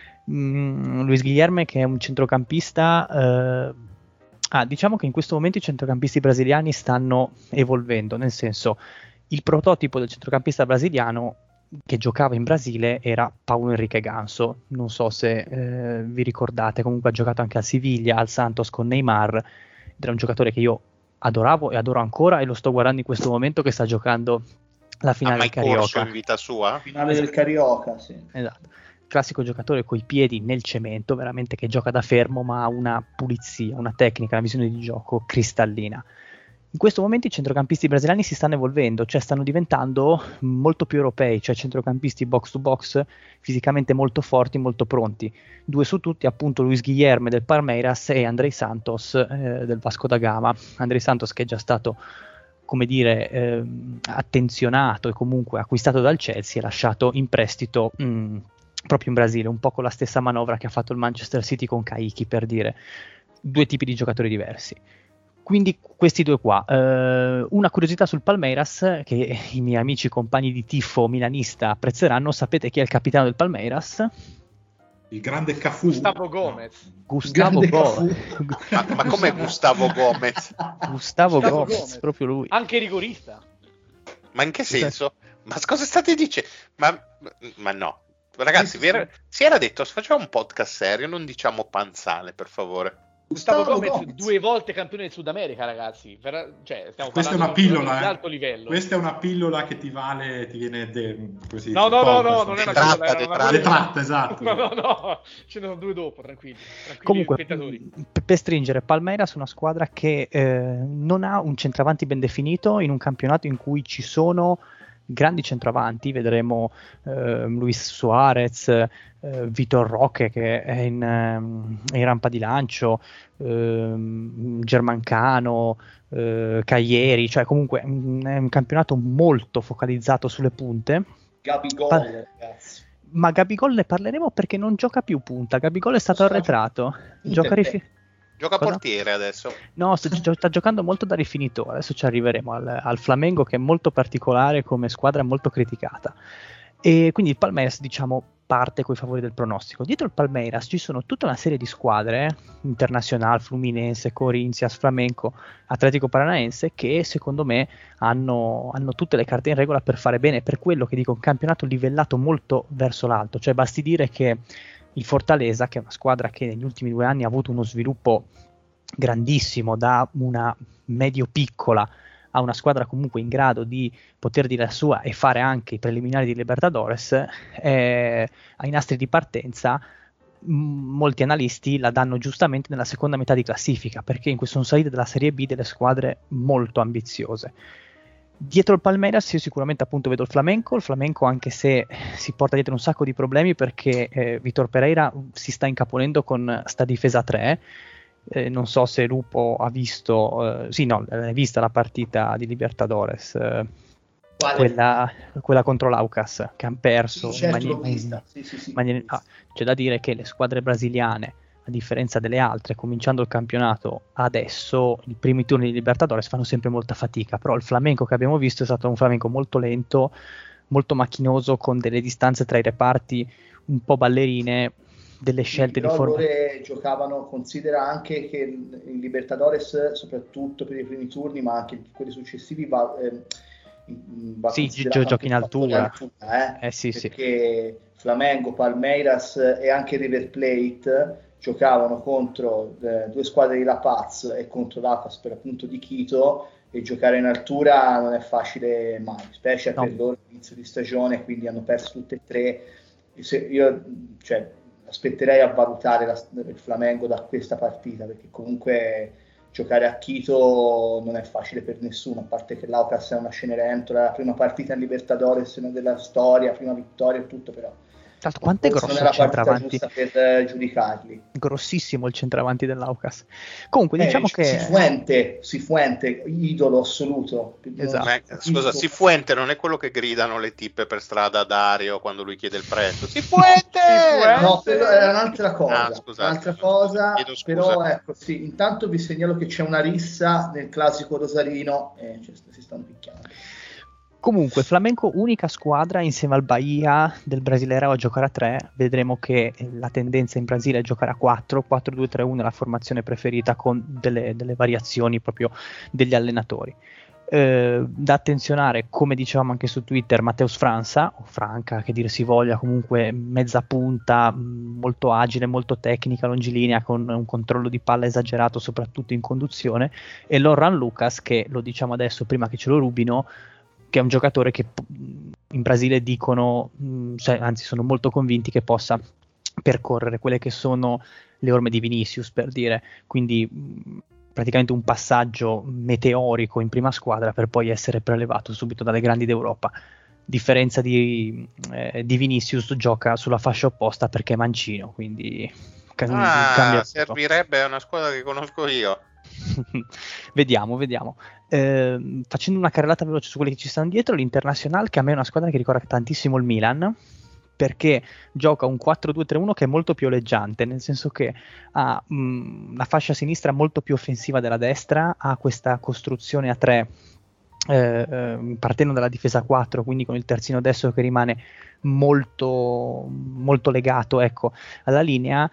Mm, Luis Guilherme, che è un centrocampista. Eh... Ah, diciamo che in questo momento i centrocampisti brasiliani stanno evolvendo, nel senso, il prototipo del centrocampista brasiliano che giocava in Brasile era Paulo Henrique Ganso. Non so se eh, vi ricordate, comunque ha giocato anche al Siviglia, al Santos con Neymar, ed era un giocatore che io adoravo e adoro ancora, e lo sto guardando in questo momento che sta giocando la Ha finale mai del corso Carioca. in vita sua? Finale del Carioca, sì. Esatto. Classico giocatore coi piedi nel cemento, veramente, che gioca da fermo, ma ha una pulizia, una tecnica, una visione di gioco cristallina. In questo momento i centrocampisti brasiliani si stanno evolvendo, cioè stanno diventando molto più europei, cioè centrocampisti box to box, fisicamente molto forti, molto pronti. Due su tutti, appunto, Luis Guilherme del Palmeiras e Andrei Santos eh, del Vasco da Gama. Andrei Santos, che è già stato, come dire, eh, attenzionato e comunque acquistato dal Chelsea e lasciato in prestito mh, proprio in Brasile, un po' con la stessa manovra che ha fatto il Manchester City con Kaichi, per dire, due tipi di giocatori diversi. Quindi questi due qua. Uh, una curiosità sul Palmeiras, che i miei amici compagni di tifo milanista apprezzeranno: sapete chi è il capitano del Palmeiras? Il grande Cafu. Gustavo Gomez. No. Gustavo Grande Gomez. Ma, ma come Gustavo Gomez? Gustavo Gustavo Gomez, Gomez. proprio lui. Anche rigorista. Ma in che senso? Ma cosa state dicendo? Ma, ma no. Ragazzi, Sì, sì, vi era- si era detto, facciamo un podcast serio, non diciamo panzane, per favore. Gustavo Gustavo Gomez, Gomez. due volte campione del Sud America, ragazzi. Per- cioè, stiamo Questa è parlando una di un giocatore pillola, di eh. alto livello. Questa è una pillola che ti vale, ti viene de- così. No, sul no, no, podcast. no, non è una Detratta, pillola, era una detratta. cosa- Detratta, esatto. No, no, no, ce ne sono due dopo, tranquilli. tranquilli Comunque, spettatori. p- per stringere, Palmeiras è una squadra che eh, non ha un centravanti ben definito in un campionato in cui ci sono grandi centravanti. Vedremo eh, Luis Suarez, eh, Vitor Roque, che è in, ehm, è in rampa di lancio, ehm, Germancano, eh, Caglieri, cioè comunque mh, è un campionato molto focalizzato sulle punte. Gabigol, Pa- ragazzi. Ma Gabigol ne parleremo perché non gioca più punta. Gabigol è stato Sta- arretrato. Inter- Gioca rifi- Gioca Cosa? portiere adesso. No, sta, gio- sta giocando molto da rifinitore. Adesso ci arriveremo al, al Flamengo, che è molto particolare come squadra, molto criticata. E quindi il Palmeiras, diciamo, parte coi favori del pronostico. Dietro il Palmeiras ci sono tutta una serie di squadre, Internazionale, Fluminense, Corinthians, Flamenco, Atletico Paranaense, che secondo me hanno, hanno tutte le carte in regola per fare bene, per quello che dico, un campionato livellato molto verso l'alto. Cioè basti dire che il Fortaleza, che è una squadra che negli ultimi due anni ha avuto uno sviluppo grandissimo, da una medio-piccola a una squadra comunque in grado di poter dire la sua e fare anche i preliminari di Libertadores, eh, ai nastri di partenza m- molti analisti la danno giustamente nella seconda metà di classifica, perché in questo sono salite della Serie B delle squadre molto ambiziose. Dietro il Palmeiras io sicuramente appunto vedo il Flamenco, il Flamenco anche se si porta dietro un sacco di problemi perché eh, Vitor Pereira si sta incaponendo con sta difesa tre. Eh, non so se Lupo ha visto, eh, sì, no, l'hai vista la partita di Libertadores, eh, quella, quella contro l'Aucas che hanno perso. Sì, certo, in mani- l'ho vista. Sì, sì, sì. mani- ah, c'è da dire che le squadre brasiliane, a differenza delle altre, cominciando il campionato adesso, i primi turni di Libertadores fanno sempre molta fatica, però il Flamenco che abbiamo visto è stato un Flamenco molto lento, molto macchinoso, con delle distanze tra i reparti un po' ballerine, delle scelte sì, di forma. Loro giocavano, considera anche che in Libertadores, soprattutto per i primi turni, ma anche quelli successivi, va, eh, va sì, considerato giochi in altura, altura eh? Eh, sì, perché sì. Flamengo, Palmeiras e anche River Plate giocavano contro eh, due squadre di La Paz e contro l'Aucas per appunto di Quito, e giocare in altura non è facile mai, specie no. per loro inizio di stagione, quindi hanno perso tutte e tre. Se, io cioè aspetterei a valutare la, il Flamengo da questa partita, perché comunque giocare a Quito non è facile per nessuno, a parte che l'Aucas è una Cenerentola, la prima partita in Libertadores della storia, prima vittoria e tutto, però tanto quanto è grosso il centravanti per giudicarli. Grossissimo il centravanti dell'Aucas. Comunque eh, diciamo che Sifuente, Sifuente, idolo assoluto. Esatto. Ma, scusa, Sifuente non è quello che gridano le tippe per strada a Dario quando lui chiede il prezzo. Sifuente! No, però è un'altra cosa. Ah, scusate, un'altra cosa, scusa. Però ecco, sì, intanto vi segnalo che c'è una rissa nel classico rosarino e cioè, si stanno picchiando. Comunque, Flamengo unica squadra insieme al Bahia del Brasileirao a giocare a tre. Vedremo che la tendenza in Brasile è giocare a quattro, quattro due tre uno è la formazione preferita, con delle, delle variazioni proprio degli allenatori. Eh, da attenzionare, come dicevamo anche su Twitter, Mateus França, o Franca che dir si voglia, comunque mezza punta, molto agile, molto tecnica, longilinea, con un controllo di palla esagerato soprattutto in conduzione, e Loran Lucas, che lo diciamo adesso prima che ce lo rubino, che è un giocatore che in Brasile dicono, mh, cioè, anzi sono molto convinti che possa percorrere quelle che sono le orme di Vinicius, per dire, quindi mh, praticamente un passaggio meteorico in prima squadra per poi essere prelevato subito dalle grandi d'Europa. Differenza di, eh, di Vinicius, gioca sulla fascia opposta perché è mancino, quindi ah, cambia servirebbe a una squadra che conosco io. vediamo, vediamo. Eh, facendo una carrellata veloce su quelli che ci stanno dietro, l'Internazionale, che a me è una squadra che ricorda tantissimo il Milan, perché gioca un quattro due tre uno che è molto più alleggiante, nel senso che ha mh, la fascia sinistra molto più offensiva della destra, ha questa costruzione a tre eh, eh, partendo dalla difesa a quattro, quindi con il terzino destro che rimane molto, molto legato, ecco, alla linea,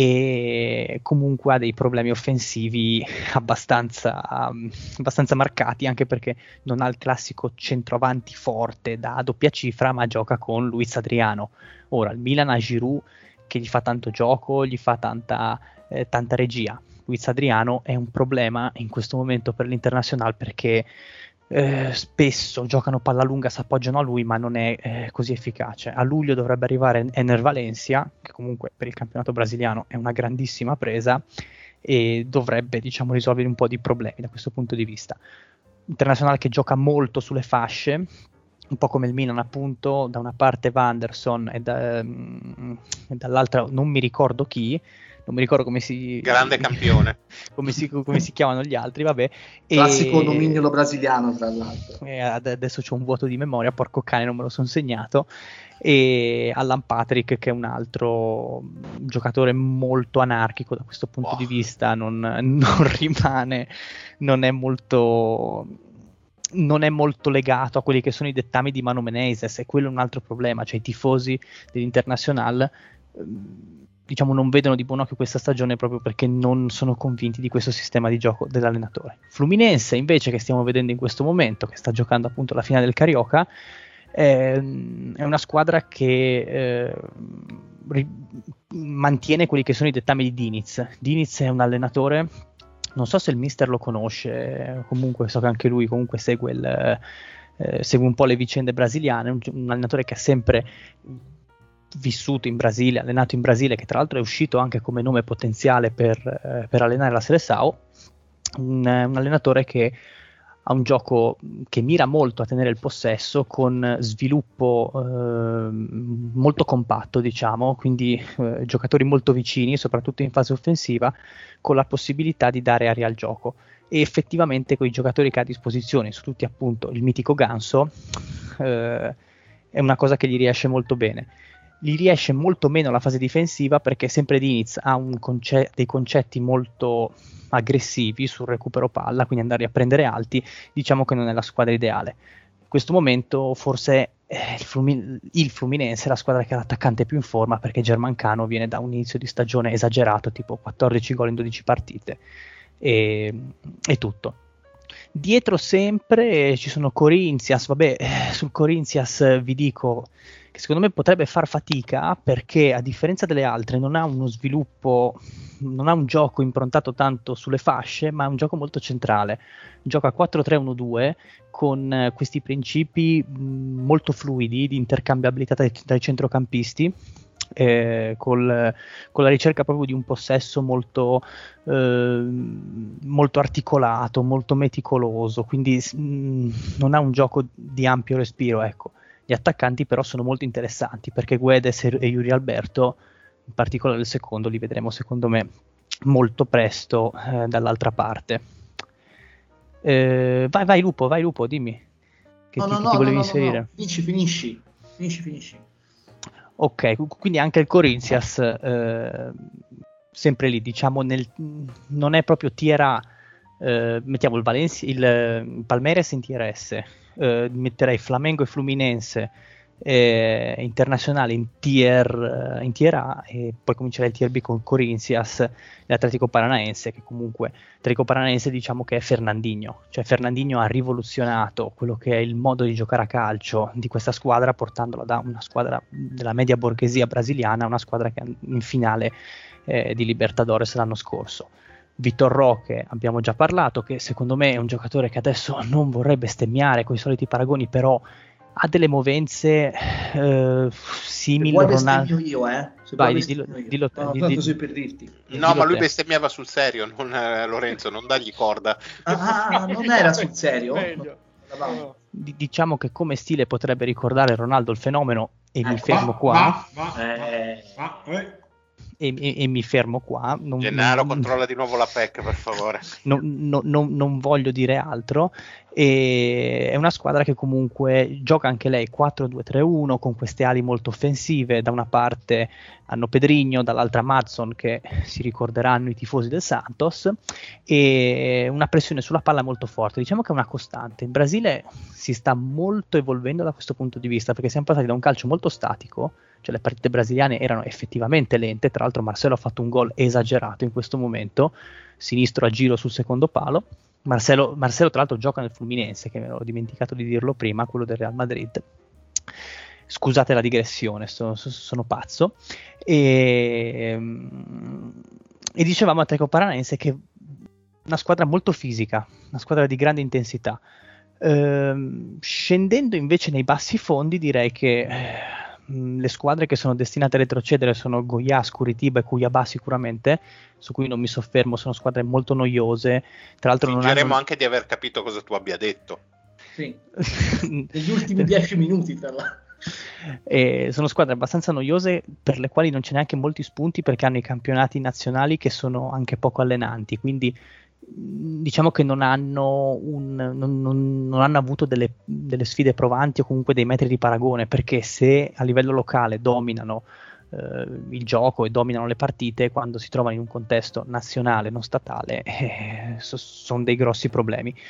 e comunque ha dei problemi offensivi abbastanza, um, abbastanza marcati, anche perché non ha il classico centroavanti forte da doppia cifra, ma gioca con Luiz Adriano. Ora il Milan ha Giroud che gli fa tanto gioco, gli fa tanta, eh, tanta regia. Luiz Adriano è un problema in questo momento per l'Internazionale, perché Eh, spesso giocano palla lunga, si appoggiano a lui, ma non è eh, così efficace. A luglio dovrebbe arrivare Ener Valencia, che comunque per il campionato brasiliano è una grandissima presa e dovrebbe, diciamo, risolvere un po' di problemi da questo punto di vista. Internazionale che gioca molto sulle fasce, un po' come il Milan, appunto, da una parte Wanderson e, da, um, e dall'altra non mi ricordo chi, non mi ricordo come si... Grande campione. come, si, come si chiamano gli altri, vabbè. Classico e, dominio brasiliano, tra l'altro. E adesso c'ho un vuoto di memoria, porco cane, non me lo sono segnato. E Alan Patrick, che è un altro giocatore molto anarchico da questo punto oh. di vista, non, non rimane, non è molto... non è molto legato a quelli che sono i dettami di Manu Menezes, e quello è un altro problema, cioè i tifosi dell'Internacional diciamo non vedono di buon occhio questa stagione proprio perché non sono convinti di questo sistema di gioco dell'allenatore. Fluminense invece, che stiamo vedendo in questo momento, che sta giocando appunto la finale del Carioca, è, è una squadra che eh, ri- mantiene quelli che sono i dettami di Diniz. Diniz è un allenatore, non so se il mister lo conosce, comunque so che anche lui comunque segue, il, eh, segue un po' le vicende brasiliane, un, un allenatore che ha sempre vissuto in Brasile, allenato in Brasile, che tra l'altro è uscito anche come nome potenziale per, eh, per allenare la Seleção, un, un allenatore che ha un gioco che mira molto a tenere il possesso, con sviluppo eh, molto compatto, diciamo, quindi eh, giocatori molto vicini, soprattutto in fase offensiva, con la possibilità di dare aria al gioco. E effettivamente con i giocatori che ha a disposizione, su tutti appunto il mitico Ganso, eh, è una cosa che gli riesce molto bene. Gli riesce molto meno la fase difensiva, perché sempre Diniz ha un conce- dei concetti molto aggressivi sul recupero palla, quindi andare a prendere alti, diciamo che non è la squadra ideale. In questo momento forse eh, il, Flumi- il Fluminense è la squadra che ha l'attaccante più in forma, perché Germancano viene da un inizio di stagione esagerato, tipo quattordici gol in dodici partite, e, e tutto. Dietro sempre ci sono Corinthians, vabbè, eh, sul Corinthians vi dico che secondo me potrebbe far fatica, perché a differenza delle altre non ha uno sviluppo, non ha un gioco improntato tanto sulle fasce, ma è un gioco molto centrale. Gioca quattro tre uno due con eh, questi principi mh, molto fluidi di intercambiabilità dai, dai centrocampisti, eh, col, con la ricerca proprio di un possesso molto, eh, molto articolato, molto meticoloso, quindi mh, non ha un gioco di ampio respiro, ecco. Gli attaccanti però sono molto interessanti, perché Guedes e Yuri Alberto, in particolare il secondo, li vedremo secondo me molto presto eh, dall'altra parte. Eh, vai, vai Lupo, vai Lupo, dimmi. Che no, ti, no, che no, ti volevi no, no, inserire? no. Finisci, finisci, finisci, finisci. Ok, quindi anche il Corinthians, eh, sempre lì, diciamo, nel, non è proprio tier A, eh, mettiamo il, Valencia, il, il Palmeiras in tier S, eh, metterei Flamengo e Fluminense eh, Internazionale in tier, in tier A, e poi comincerei il tier B con Corinthians e l'Atletico Paranaense, che comunque Atletico Paranaense diciamo che è Fernandinho, cioè Fernandinho ha rivoluzionato quello che è il modo di giocare a calcio di questa squadra, portandola da una squadra della media borghesia brasiliana a una squadra che è in finale eh, di Libertadores l'anno scorso. Vitor Roque abbiamo già parlato, che secondo me è un giocatore che adesso non vorrebbe stemmiare con i soliti paragoni, però ha delle movenze eh, simili a Ronaldo. Io, eh. Se Vai, vuoi dillo, io. dillo te. No, di, tanto di, sei per dirti. No, ma lui te. bestemmiava sul serio, non, eh, Lorenzo, non dagli corda. Ah, ah, non era sul serio? Meglio. No. D- diciamo che come stile potrebbe ricordare Ronaldo il fenomeno, e Eh, mi fermo va, qua. va, va, Eh. va, va, eh. E, e, e mi fermo qua. Non, Gennaro, non, controlla di nuovo la P E C, per favore. non, non, non, non voglio dire altro. E è una squadra che comunque gioca anche lei quattro due tre uno con queste ali molto offensive. Da una parte hanno Pedrinho, dall'altra Madson, che si ricorderanno i tifosi del Santos, e una pressione sulla palla molto forte. Diciamo che è una costante. Il Brasile si sta molto evolvendo da questo punto di vista, perché siamo passati da un calcio molto statico, cioè le partite brasiliane erano effettivamente lente. Tra l'altro Marcelo ha fatto un gol esagerato in questo momento, sinistro a giro sul secondo palo. Marcelo, Marcelo tra l'altro gioca nel Fluminense, che mi ero dimenticato di dirlo prima, quello del Real Madrid. Scusate la digressione, sono, sono pazzo. E, e dicevamo a Atletico Paranaense che è una squadra molto fisica, una squadra di grande intensità. Ehm, scendendo invece nei bassi fondi, direi che eh, le squadre che sono destinate a retrocedere sono Goiás, Curitiba e Cuiabá sicuramente, su cui non mi soffermo, sono squadre molto noiose. Tra l'altro fingeremo non hanno... anche di aver capito cosa tu abbia detto. Sì. Negli ultimi dieci minuti, tra l'altro. E sono squadre abbastanza noiose, per le quali non c'è neanche molti spunti, perché hanno i campionati nazionali che sono anche poco allenanti, quindi diciamo che non hanno, un, non, non, non hanno avuto delle, delle sfide provanti, o comunque dei metri di paragone, perché se a livello locale dominano eh, il gioco e dominano le partite, quando si trovano in un contesto nazionale non statale eh, so, sono dei grossi problemi.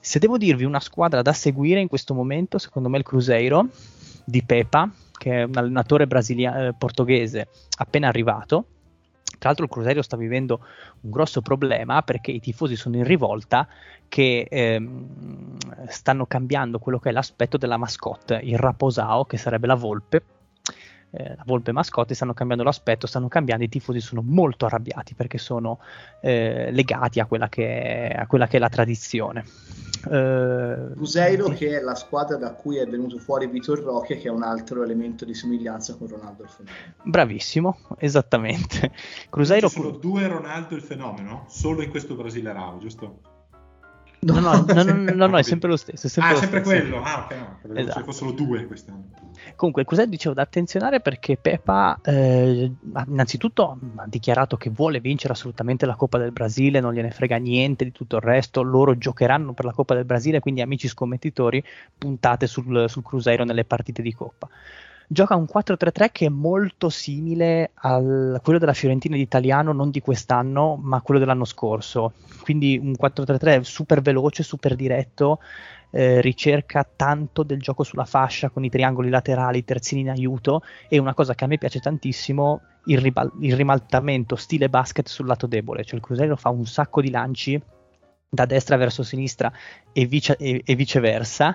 Se devo dirvi una squadra da seguire in questo momento, secondo me è il Cruzeiro di Pepa, che è un allenatore brasilia- eh, portoghese appena arrivato. Tra l'altro il Cruzeiro sta vivendo un grosso problema perché i tifosi sono in rivolta che ehm, stanno cambiando quello che è l'aspetto della mascotte, il raposao, che sarebbe la volpe, eh, la volpe mascotte, stanno cambiando l'aspetto, stanno cambiando, i tifosi sono molto arrabbiati perché sono eh, legati a quella, che è, a quella che è la tradizione. Uh, Cruzeiro, che è la squadra da cui è venuto fuori Vitor Roque, che è un altro elemento di somiglianza con Ronaldo il fenomeno. Bravissimo, esattamente. Cruzeiro, ci sono due Ronaldo il fenomeno, solo in questo Brasilerao, giusto? No, no, no, no, no, no, no, è sempre lo stesso. È sempre ah, lo sempre stesso. quello. Ah, ok, no, credevo Esatto. ci fossero due quest'anno. Comunque, il Cruzeiro, dicevo, da attenzionare perché Pepa eh, innanzitutto ha dichiarato che vuole vincere assolutamente la Coppa del Brasile, non gliene frega niente di tutto il resto, loro giocheranno per la Coppa del Brasile, quindi amici scommettitori, puntate sul, sul Cruzeiro nelle partite di Coppa. Gioca un quattro tre tre che è molto simile a quello della Fiorentina di Italiano, non di quest'anno, ma quello dell'anno scorso. Quindi un quattro tre tre super veloce, super diretto, eh, ricerca tanto del gioco sulla fascia con i triangoli laterali, i terzini in aiuto, e una cosa che a me piace tantissimo, il, ribal- il ribaltamento stile basket sul lato debole. Cioè il Cruzeiro fa un sacco di lanci da destra verso sinistra e, vice- e-, e viceversa,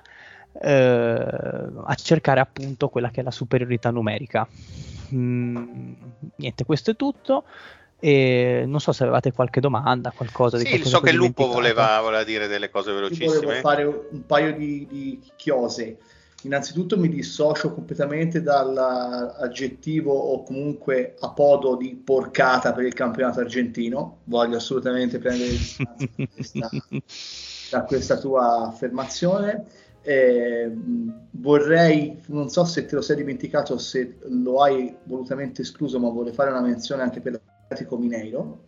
Uh, a cercare appunto quella che è la superiorità numerica. Mm, niente, questo è tutto. E non so se avevate qualche domanda, qualcosa sì, di qualcosa so che ho Lupo dimenticato. voleva, voleva dire delle cose velocissime. Io volevo fare un paio di, di chiose. Innanzitutto mi dissocio completamente dall'aggettivo o comunque apodo di porcata per il campionato argentino. Voglio assolutamente prendere distanza da questa, da questa tua affermazione. Eh, vorrei, non so se te lo sei dimenticato o se lo hai volutamente escluso, ma vorrei fare una menzione anche per l'Atletico Mineiro.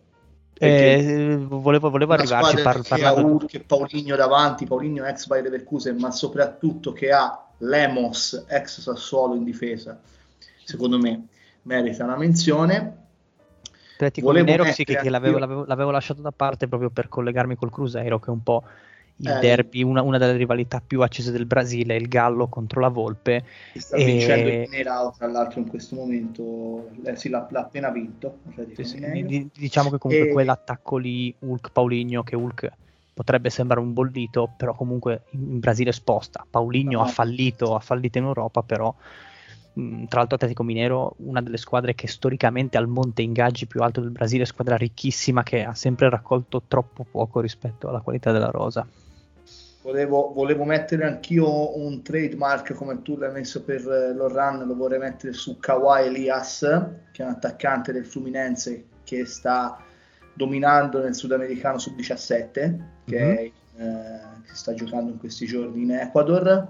Eh, volevo, volevo arrivarci par- che parlando... ha Urk, Paulinho davanti, Paulinho ex Bayer Leverkusen, ma soprattutto che ha Lemos ex Sassuolo in difesa. Secondo me merita una menzione. Atletico Volevo Mineiro, mettere sì, che, che anch'io- l'avevo, l'avevo, l'avevo lasciato da parte proprio per collegarmi col Cruzeiro, che è un po' il Eh, derby, una, una delle rivalità più accese del Brasile, il Gallo contro la Volpe. sta e... vincendo il Mineirao, tra l'altro in questo momento eh, sì, l'ha, l'ha appena vinto sì, sì, Mineiro. di- diciamo che comunque E- quell'attacco lì, Hulk Paulinho, che Hulk potrebbe sembrare un bollito, però comunque in, in Brasile sposta. Paulinho No. ha fallito, ha fallito in Europa, però mh, tra l'altro Atletico Mineiro, una delle squadre che storicamente ha il monte ingaggi più alto del Brasile, squadra ricchissima che ha sempre raccolto troppo poco rispetto alla qualità della rosa. Volevo, volevo mettere anch'io un trademark come tu l'hai messo per eh, Lorran, lo vorrei mettere su Kawhi Elias, che è un attaccante del Fluminense che sta dominando nel sudamericano sub diciassette, che, Mhm. è, eh, che sta giocando in questi giorni in Ecuador,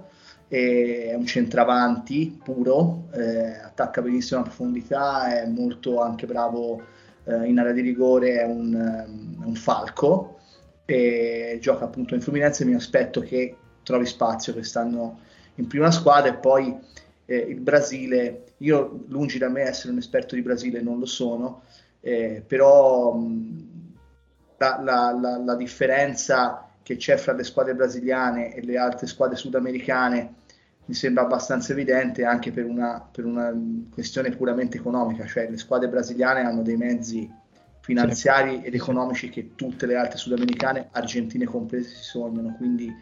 e è un centravanti puro, eh, attacca benissimo a profondità, è molto anche bravo eh, in area di rigore, è un, um, un falco, e gioca appunto in Fluminense. Mi aspetto che trovi spazio quest'anno in prima squadra. E poi eh, il Brasile, io lungi da me essere un esperto di Brasile, non lo sono, eh, però mh, la, la, la, la differenza che c'è fra le squadre brasiliane e le altre squadre sudamericane mi sembra abbastanza evidente, anche per una, per una questione puramente economica, cioè le squadre brasiliane hanno dei mezzi finanziari Sì. ed economici che tutte le altre sudamericane, argentine comprese, si sognano, quindi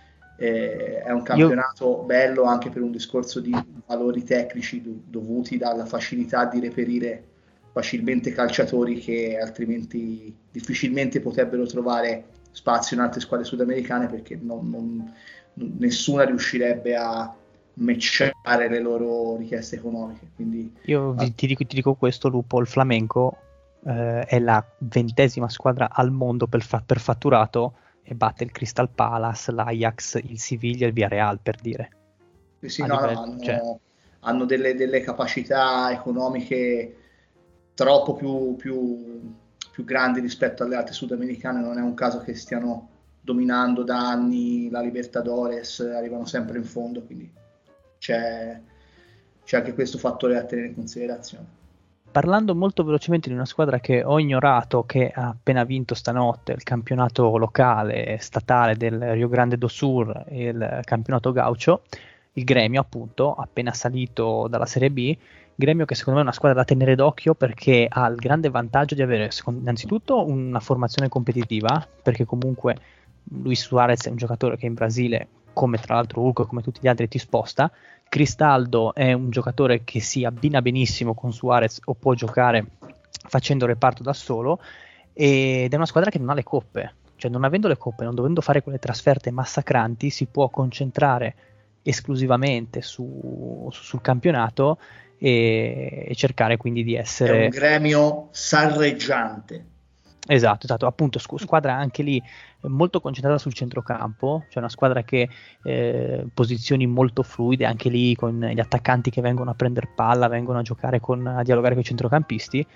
eh, è un campionato Io... bello anche per un discorso di valori tecnici do- dovuti dalla facilità di reperire facilmente calciatori che altrimenti difficilmente potrebbero trovare spazio in altre squadre sudamericane, perché non, non, nessuna riuscirebbe a matchare le loro richieste economiche. Quindi io vi, ti, dico, ti dico questo, Lupo, il Flamengo eh, è la ventesima squadra al mondo per, fa- per fatturato e batte il Crystal Palace, l'Ajax, il Siviglia e il Villarreal, per dire. Sì, sì, A no, livello, no, hanno, cioè... hanno delle, delle capacità economiche troppo più, più, più grandi rispetto alle altre sudamericane. Non è un caso che stiano dominando da anni la Libertadores, arrivano sempre in fondo, quindi c'è, c'è anche questo fattore da tenere in considerazione. parlando molto velocemente di una squadra che ho ignorato, che ha appena vinto stanotte il campionato locale statale del Rio Grande do Sul e il campionato gaucho, il Gremio appunto, appena salito dalla Serie B, Gremio che secondo me è una squadra da tenere d'occhio perché ha il grande vantaggio di avere secondo, innanzitutto una formazione competitiva, perché comunque Luis Suarez è un giocatore che in Brasile, come tra l'altro Hulk e come tutti gli altri, ti sposta. Cristaldo è un giocatore che si abbina benissimo con Suarez o può giocare facendo reparto da solo, ed è una squadra che non ha le coppe, cioè non avendo le coppe, non dovendo fare quelle trasferte massacranti, si può concentrare esclusivamente su, su, sul campionato e, e cercare quindi di essere... È un Gremio sarreggiante. Esatto, esatto, appunto squ- squadra anche lì molto concentrata sul centrocampo, cioè una squadra che eh, posizioni molto fluide, anche lì con gli attaccanti che vengono a prendere palla, vengono a giocare con, a dialogare con i centrocampisti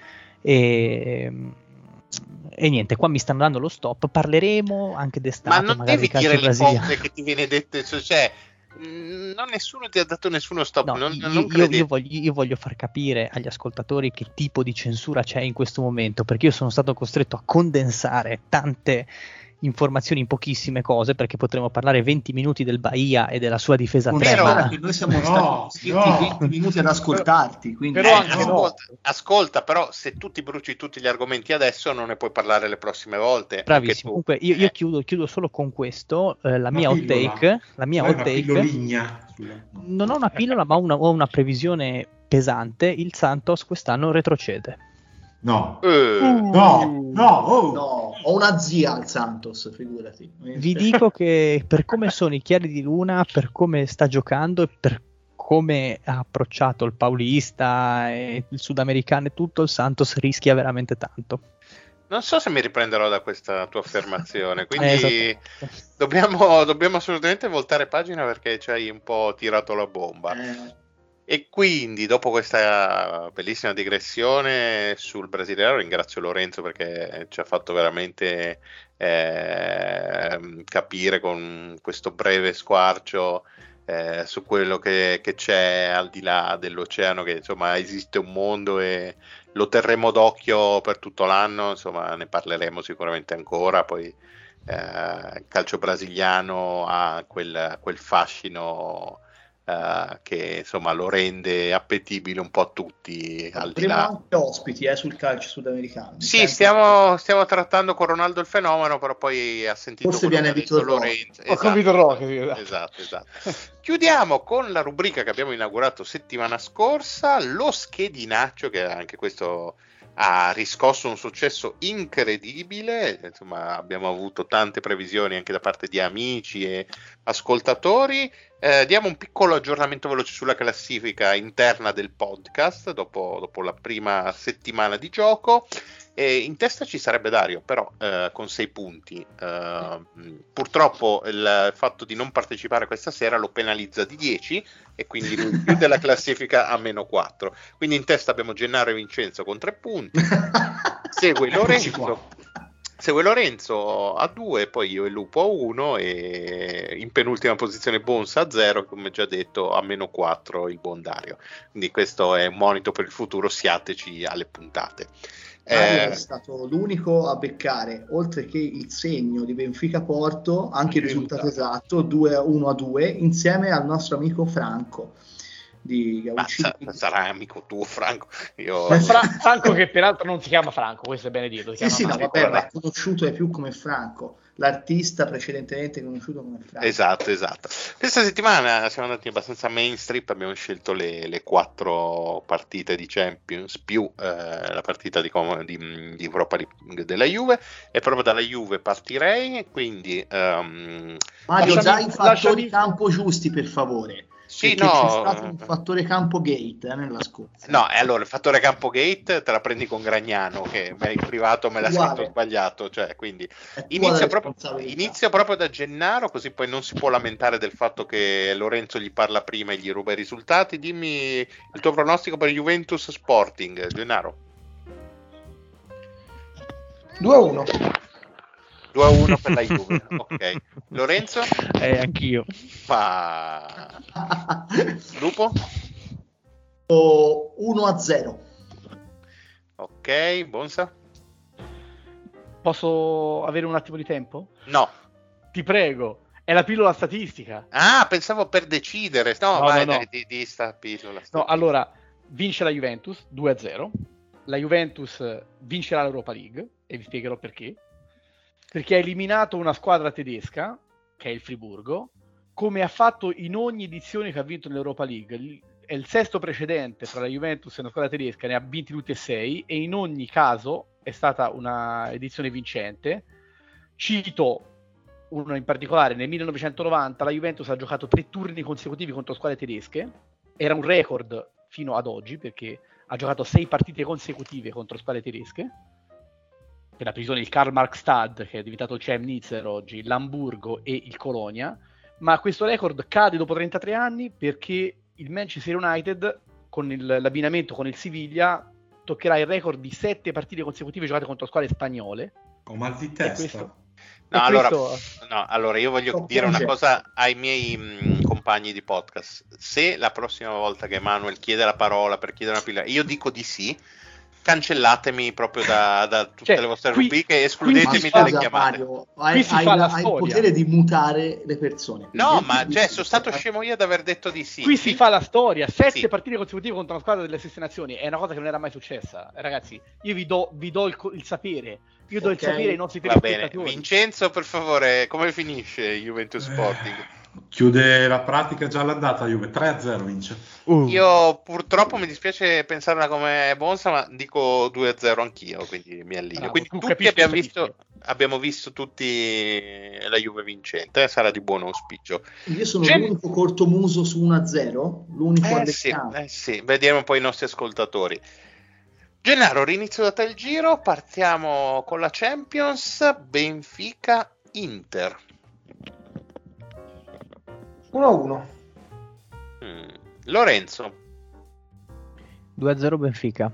e, e niente, qua mi stanno dando lo stop, parleremo anche d'estate. Ma non magari devi dire le Brasilia. cose che ti viene dette, cioè non nessuno ti ha dato nessuno stop. No, non, io, non io, io, voglio, io voglio far capire agli ascoltatori che tipo di censura c'è in questo momento, perché io sono stato costretto a condensare tante informazioni in pochissime cose, perché potremmo parlare venti minuti del Bahia e della sua difesa Considera tre. che noi siamo No, stati no. venti minuti ad ascoltarti, quindi Però Eh, anche ascolta, no. ascolta, però se tu ti bruci tutti gli argomenti adesso non ne puoi parlare le prossime volte. Bravissimo. Anche tu. Comunque io, io Eh. chiudo, chiudo solo con questo, eh, la Una mia hot pillola. take, la mia Fai hot una take, pilloligna sulla- non ho una pillola ma ho una, ho una previsione pesante, il Santos quest'anno retrocede. No, Eh, no, no, oh. no, ho una zia al Santos, figurati. Vi dico che per come sono i chiari di luna, per come sta giocando e per come ha approcciato il Paulista e il sudamericano e tutto, il Santos rischia veramente tanto. non so se mi riprenderò da questa tua affermazione, Eh, quindi esattamente. dobbiamo, dobbiamo assolutamente voltare pagina perché ci hai un po' tirato la bomba. Eh, E quindi, dopo questa bellissima digressione sul brasiliano, ringrazio Lorenzo perché ci ha fatto veramente eh, capire con questo breve squarcio eh, su quello che, che c'è al di là dell'oceano, che insomma esiste un mondo e lo terremo d'occhio per tutto l'anno, insomma ne parleremo sicuramente ancora. Poi eh, il calcio brasiliano ha quel, quel fascino Uh, che insomma lo rende appetibile un po' a tutti al di avremo là. anche ospiti eh, sul calcio sudamericano. Sì, Sempre- stiamo, stiamo trattando con Ronaldo il fenomeno, però poi ha sentito Forse quello viene che ha detto Vitor Roque. Lorenzo. Ho capito Roque, sì, esatto. esatto, esatto. Chiudiamo con la rubrica che abbiamo inaugurato settimana scorsa, lo schedinaccio, che anche questo ha riscosso un successo incredibile. Insomma, abbiamo avuto tante previsioni anche da parte di amici e ascoltatori. Eh, diamo un piccolo aggiornamento veloce sulla classifica interna del podcast dopo, dopo la prima settimana di gioco. E in testa ci sarebbe Dario, però eh, con sei punti. Eh, purtroppo il fatto di non partecipare questa sera lo penalizza di dieci e quindi lui chiude la classifica a meno quattro. Quindi in testa abbiamo Gennaro e Vincenzo con tre punti. Segue Eccoci Lorenzo. qua. Segue Lorenzo a due, poi io e Lupo a uno e in penultima posizione Bones a zero, come già detto a meno quattro il buon Dario. Quindi questo è un monito per il futuro, siateci alle puntate. Mario Eh, è stato l'unico a beccare, oltre che il segno di Benfica Porto, anche il Il risultato risultato. esatto, due a uno a due, insieme al nostro amico Franco di ma Gaucini. sa- sarà amico tuo, Franco. Io... Ma Fra- Franco che peraltro non si chiama Franco, questo è bene dirlo. Si Sì, sì, chiama no, Mario. vabbè, ma è conosciuto è più come Franco, l'artista precedentemente conosciuto come Franco. Esatto, esatto. Questa settimana siamo andati abbastanza mainstream, abbiamo scelto le, le quattro partite di Champions più eh, la partita di, com- di, di Europa League della Juve, e proprio dalla Juve partirei, quindi um, Mario, Lasciami- dai i fattori lasciami- campo giusti, per favore. sì, Perché no, c'è stato un fattore campo gate eh, nella scorsa. no, e allora il fattore campo gate te la prendi con Gragnano, che me- in privato me l'ha Uguale. scritto sbagliato, cioè quindi È tua inizio la proprio, responsabilità. inizio proprio da Gennaro, così poi non si può lamentare del fatto che Lorenzo gli parla prima e gli ruba i risultati. Dimmi il tuo pronostico per Juventus Sporting, Gennaro. due a uno. due a uno per la Juve, ok. Lorenzo? Eh, anch'io. Ma... Lupo? O uno a zero. Ok, Bonsa? Posso avere un attimo di tempo? No. Ti prego, è la pillola statistica. Ah, pensavo per decidere. No, No, vai, no, no. dai, di, di sta pillola. No, statistica. allora, vince la Juventus due a zero. La Juventus vincerà l'Europa League e vi spiegherò perché. Perché ha eliminato una squadra tedesca, che è il Friburgo, come ha fatto in ogni edizione che ha vinto l'Europa League. È il sesto precedente tra la Juventus e una squadra tedesca, ne ha vinti tutti e sei, e in ogni caso è stata una edizione vincente. Cito uno in particolare: nel millenovecentonovanta la Juventus ha giocato tre turni consecutivi contro squadre tedesche, era un record fino ad oggi perché ha giocato sei partite consecutive contro squadre tedesche, per la precisione il Karl Marx Stade, che è diventato il Chemnitzer oggi, l'Amburgo e il Colonia, ma questo record cade dopo trentatré anni perché il Manchester United, con il, l'abbinamento con il Siviglia, toccherà il record di sette partite consecutive giocate contro squadre spagnole. Ho mal di E testa. questo, No, e allora, questo- no, allora io voglio Oh, dire una piange. cosa ai miei mh, compagni di podcast. Se la prossima volta che Manuel chiede la parola per chiedere una pillola, io dico di sì, cancellatemi proprio da, da tutte Cioè, le vostre qui- rubriche e qui escludetemi si dalle fa- chiamate. Mario, hai, Qui si hai fa la- la hai il storia. potere di mutare le persone. No, Quindi- ma cioè, sono stato scemo io ad aver detto di sì. qui si Sì. fa la storia, sette Sì. partite consecutive contro una squadra delle stesse nazioni, è una cosa che non era mai successa. Eh, Ragazzi, io vi do, vi do il, co- il sapere, io do Ok. il sapere ai nostri Va bene, telespettatori. Vincenzo, per favore, come finisce Juventus Sporting? Eh, chiude la pratica già l'andata Juve, tre a zero vince. Uh, Io purtroppo mi dispiace pensarla come Bonsa, ma dico due a zero anch'io, quindi mi allineo. Bravo, Quindi tu tutti capisci abbiamo statistiche. visto, abbiamo visto tutti la Juve vincente, eh, sarà di buon auspicio. Io sono Gen- l'unico cortomuso su uno a zero, l'unico Eh sì, allenato. eh sì, vediamo un po' i nostri ascoltatori. Gennaro, rinizio da te il giro, partiamo con la Champions, Benfica Inter. uno a uno. Mm. Lorenzo, due a zero Benfica.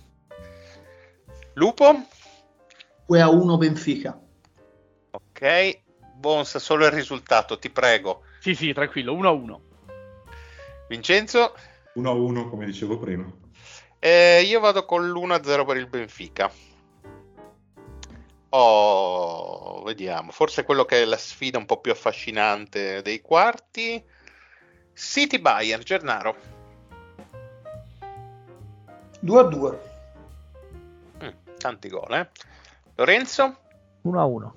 Lupo, due a uno Benfica. ok, Bonsa, solo il risultato, ti prego. Sì, sì, tranquillo, uno a uno. Vincenzo, uno a uno come dicevo prima. eh, io vado con l'uno a zero per il Benfica. Oh, vediamo, forse quello che è la sfida un po' più affascinante dei quarti. City Bayern, Gennaro. due a due. Mm, tanti gol, eh. Lorenzo, uno a uno.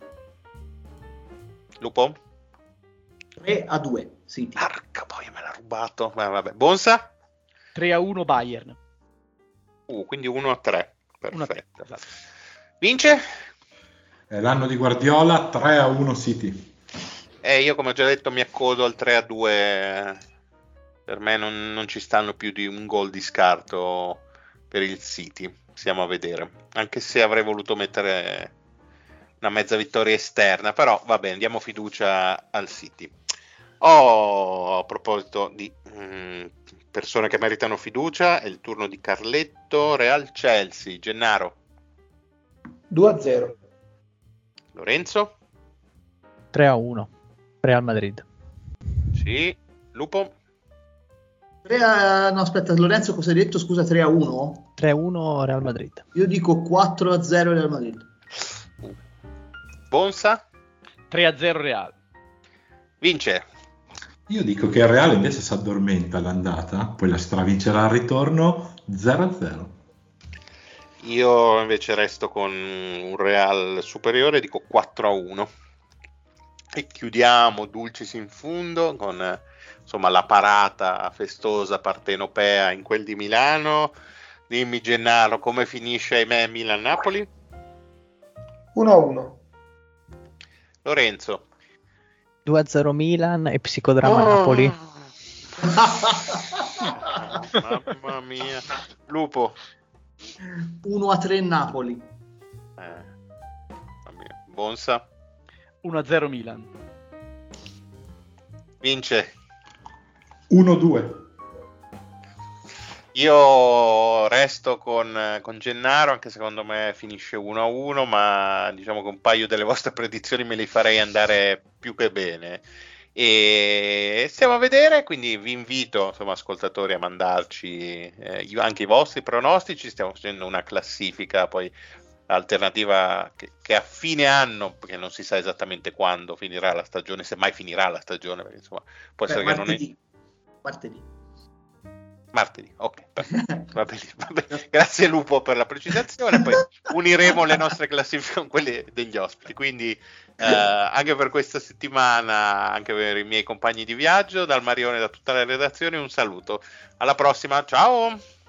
Lupo. tre a due City. Arca, poi me l'ha rubato. Ma vabbè. Bonsa? tre a uno Bayern. Uh, quindi uno a tre. uno a tre, Perfetto. esatto. Vince? È l'anno di Guardiola, tre a uno City. Eh, io come ho già detto mi accodo al tre a due. Per me non, non ci stanno più di un gol di scarto per il City. Stiamo a vedere. Anche se avrei voluto mettere una mezza vittoria esterna. Però va bene, diamo fiducia al City. Oh, a proposito di mm, persone che meritano fiducia, è il turno di Carletto. Real Chelsea. Gennaro. due a zero. Lorenzo? tre a uno Real Madrid. Sì. Lupo? tre a... No, aspetta, Lorenzo cosa hai detto? Scusa, tre a uno? tre a uno Real Madrid. Io dico quattro a zero Real Madrid. Bonsa? tre a zero Real. Vince? Io dico che il Reale invece si addormenta all'andata, poi la stravincerà al ritorno zero a zero. Io invece resto con un Real superiore, dico quattro a uno. E chiudiamo Dulcis in fundo con eh, insomma la parata festosa partenopea in quel di Milano. Dimmi Gennaro, come finisce ahimè Milan-Napoli? uno a uno. Lorenzo? due a zero Milan e psicodramma Oh. Napoli. Mamma mia. Lupo? uno a tre Napoli. Eh, mamma mia. Bonsa? uno a zero Milan. Vince? uno a due. Io resto con, con Gennaro, anche secondo me finisce uno a uno, ma diciamo che un paio delle vostre predizioni me le farei andare più che bene. e stiamo a vedere, quindi vi invito, insomma, ascoltatori, a mandarci eh, anche i vostri pronostici. Stiamo facendo una classifica poi alternativa che, che a fine anno, perché non si sa esattamente quando finirà la stagione, se mai finirà la stagione, perché insomma può Beh, essere martedì. che non è Martedì. martedì, ok, va bene, va bene. Grazie Lupo per la precisazione, poi uniremo le nostre classifiche con quelle degli ospiti, quindi eh, anche per questa settimana, anche per i miei compagni di viaggio, dal Marione e da tutta la redazione, un saluto, alla prossima, ciao!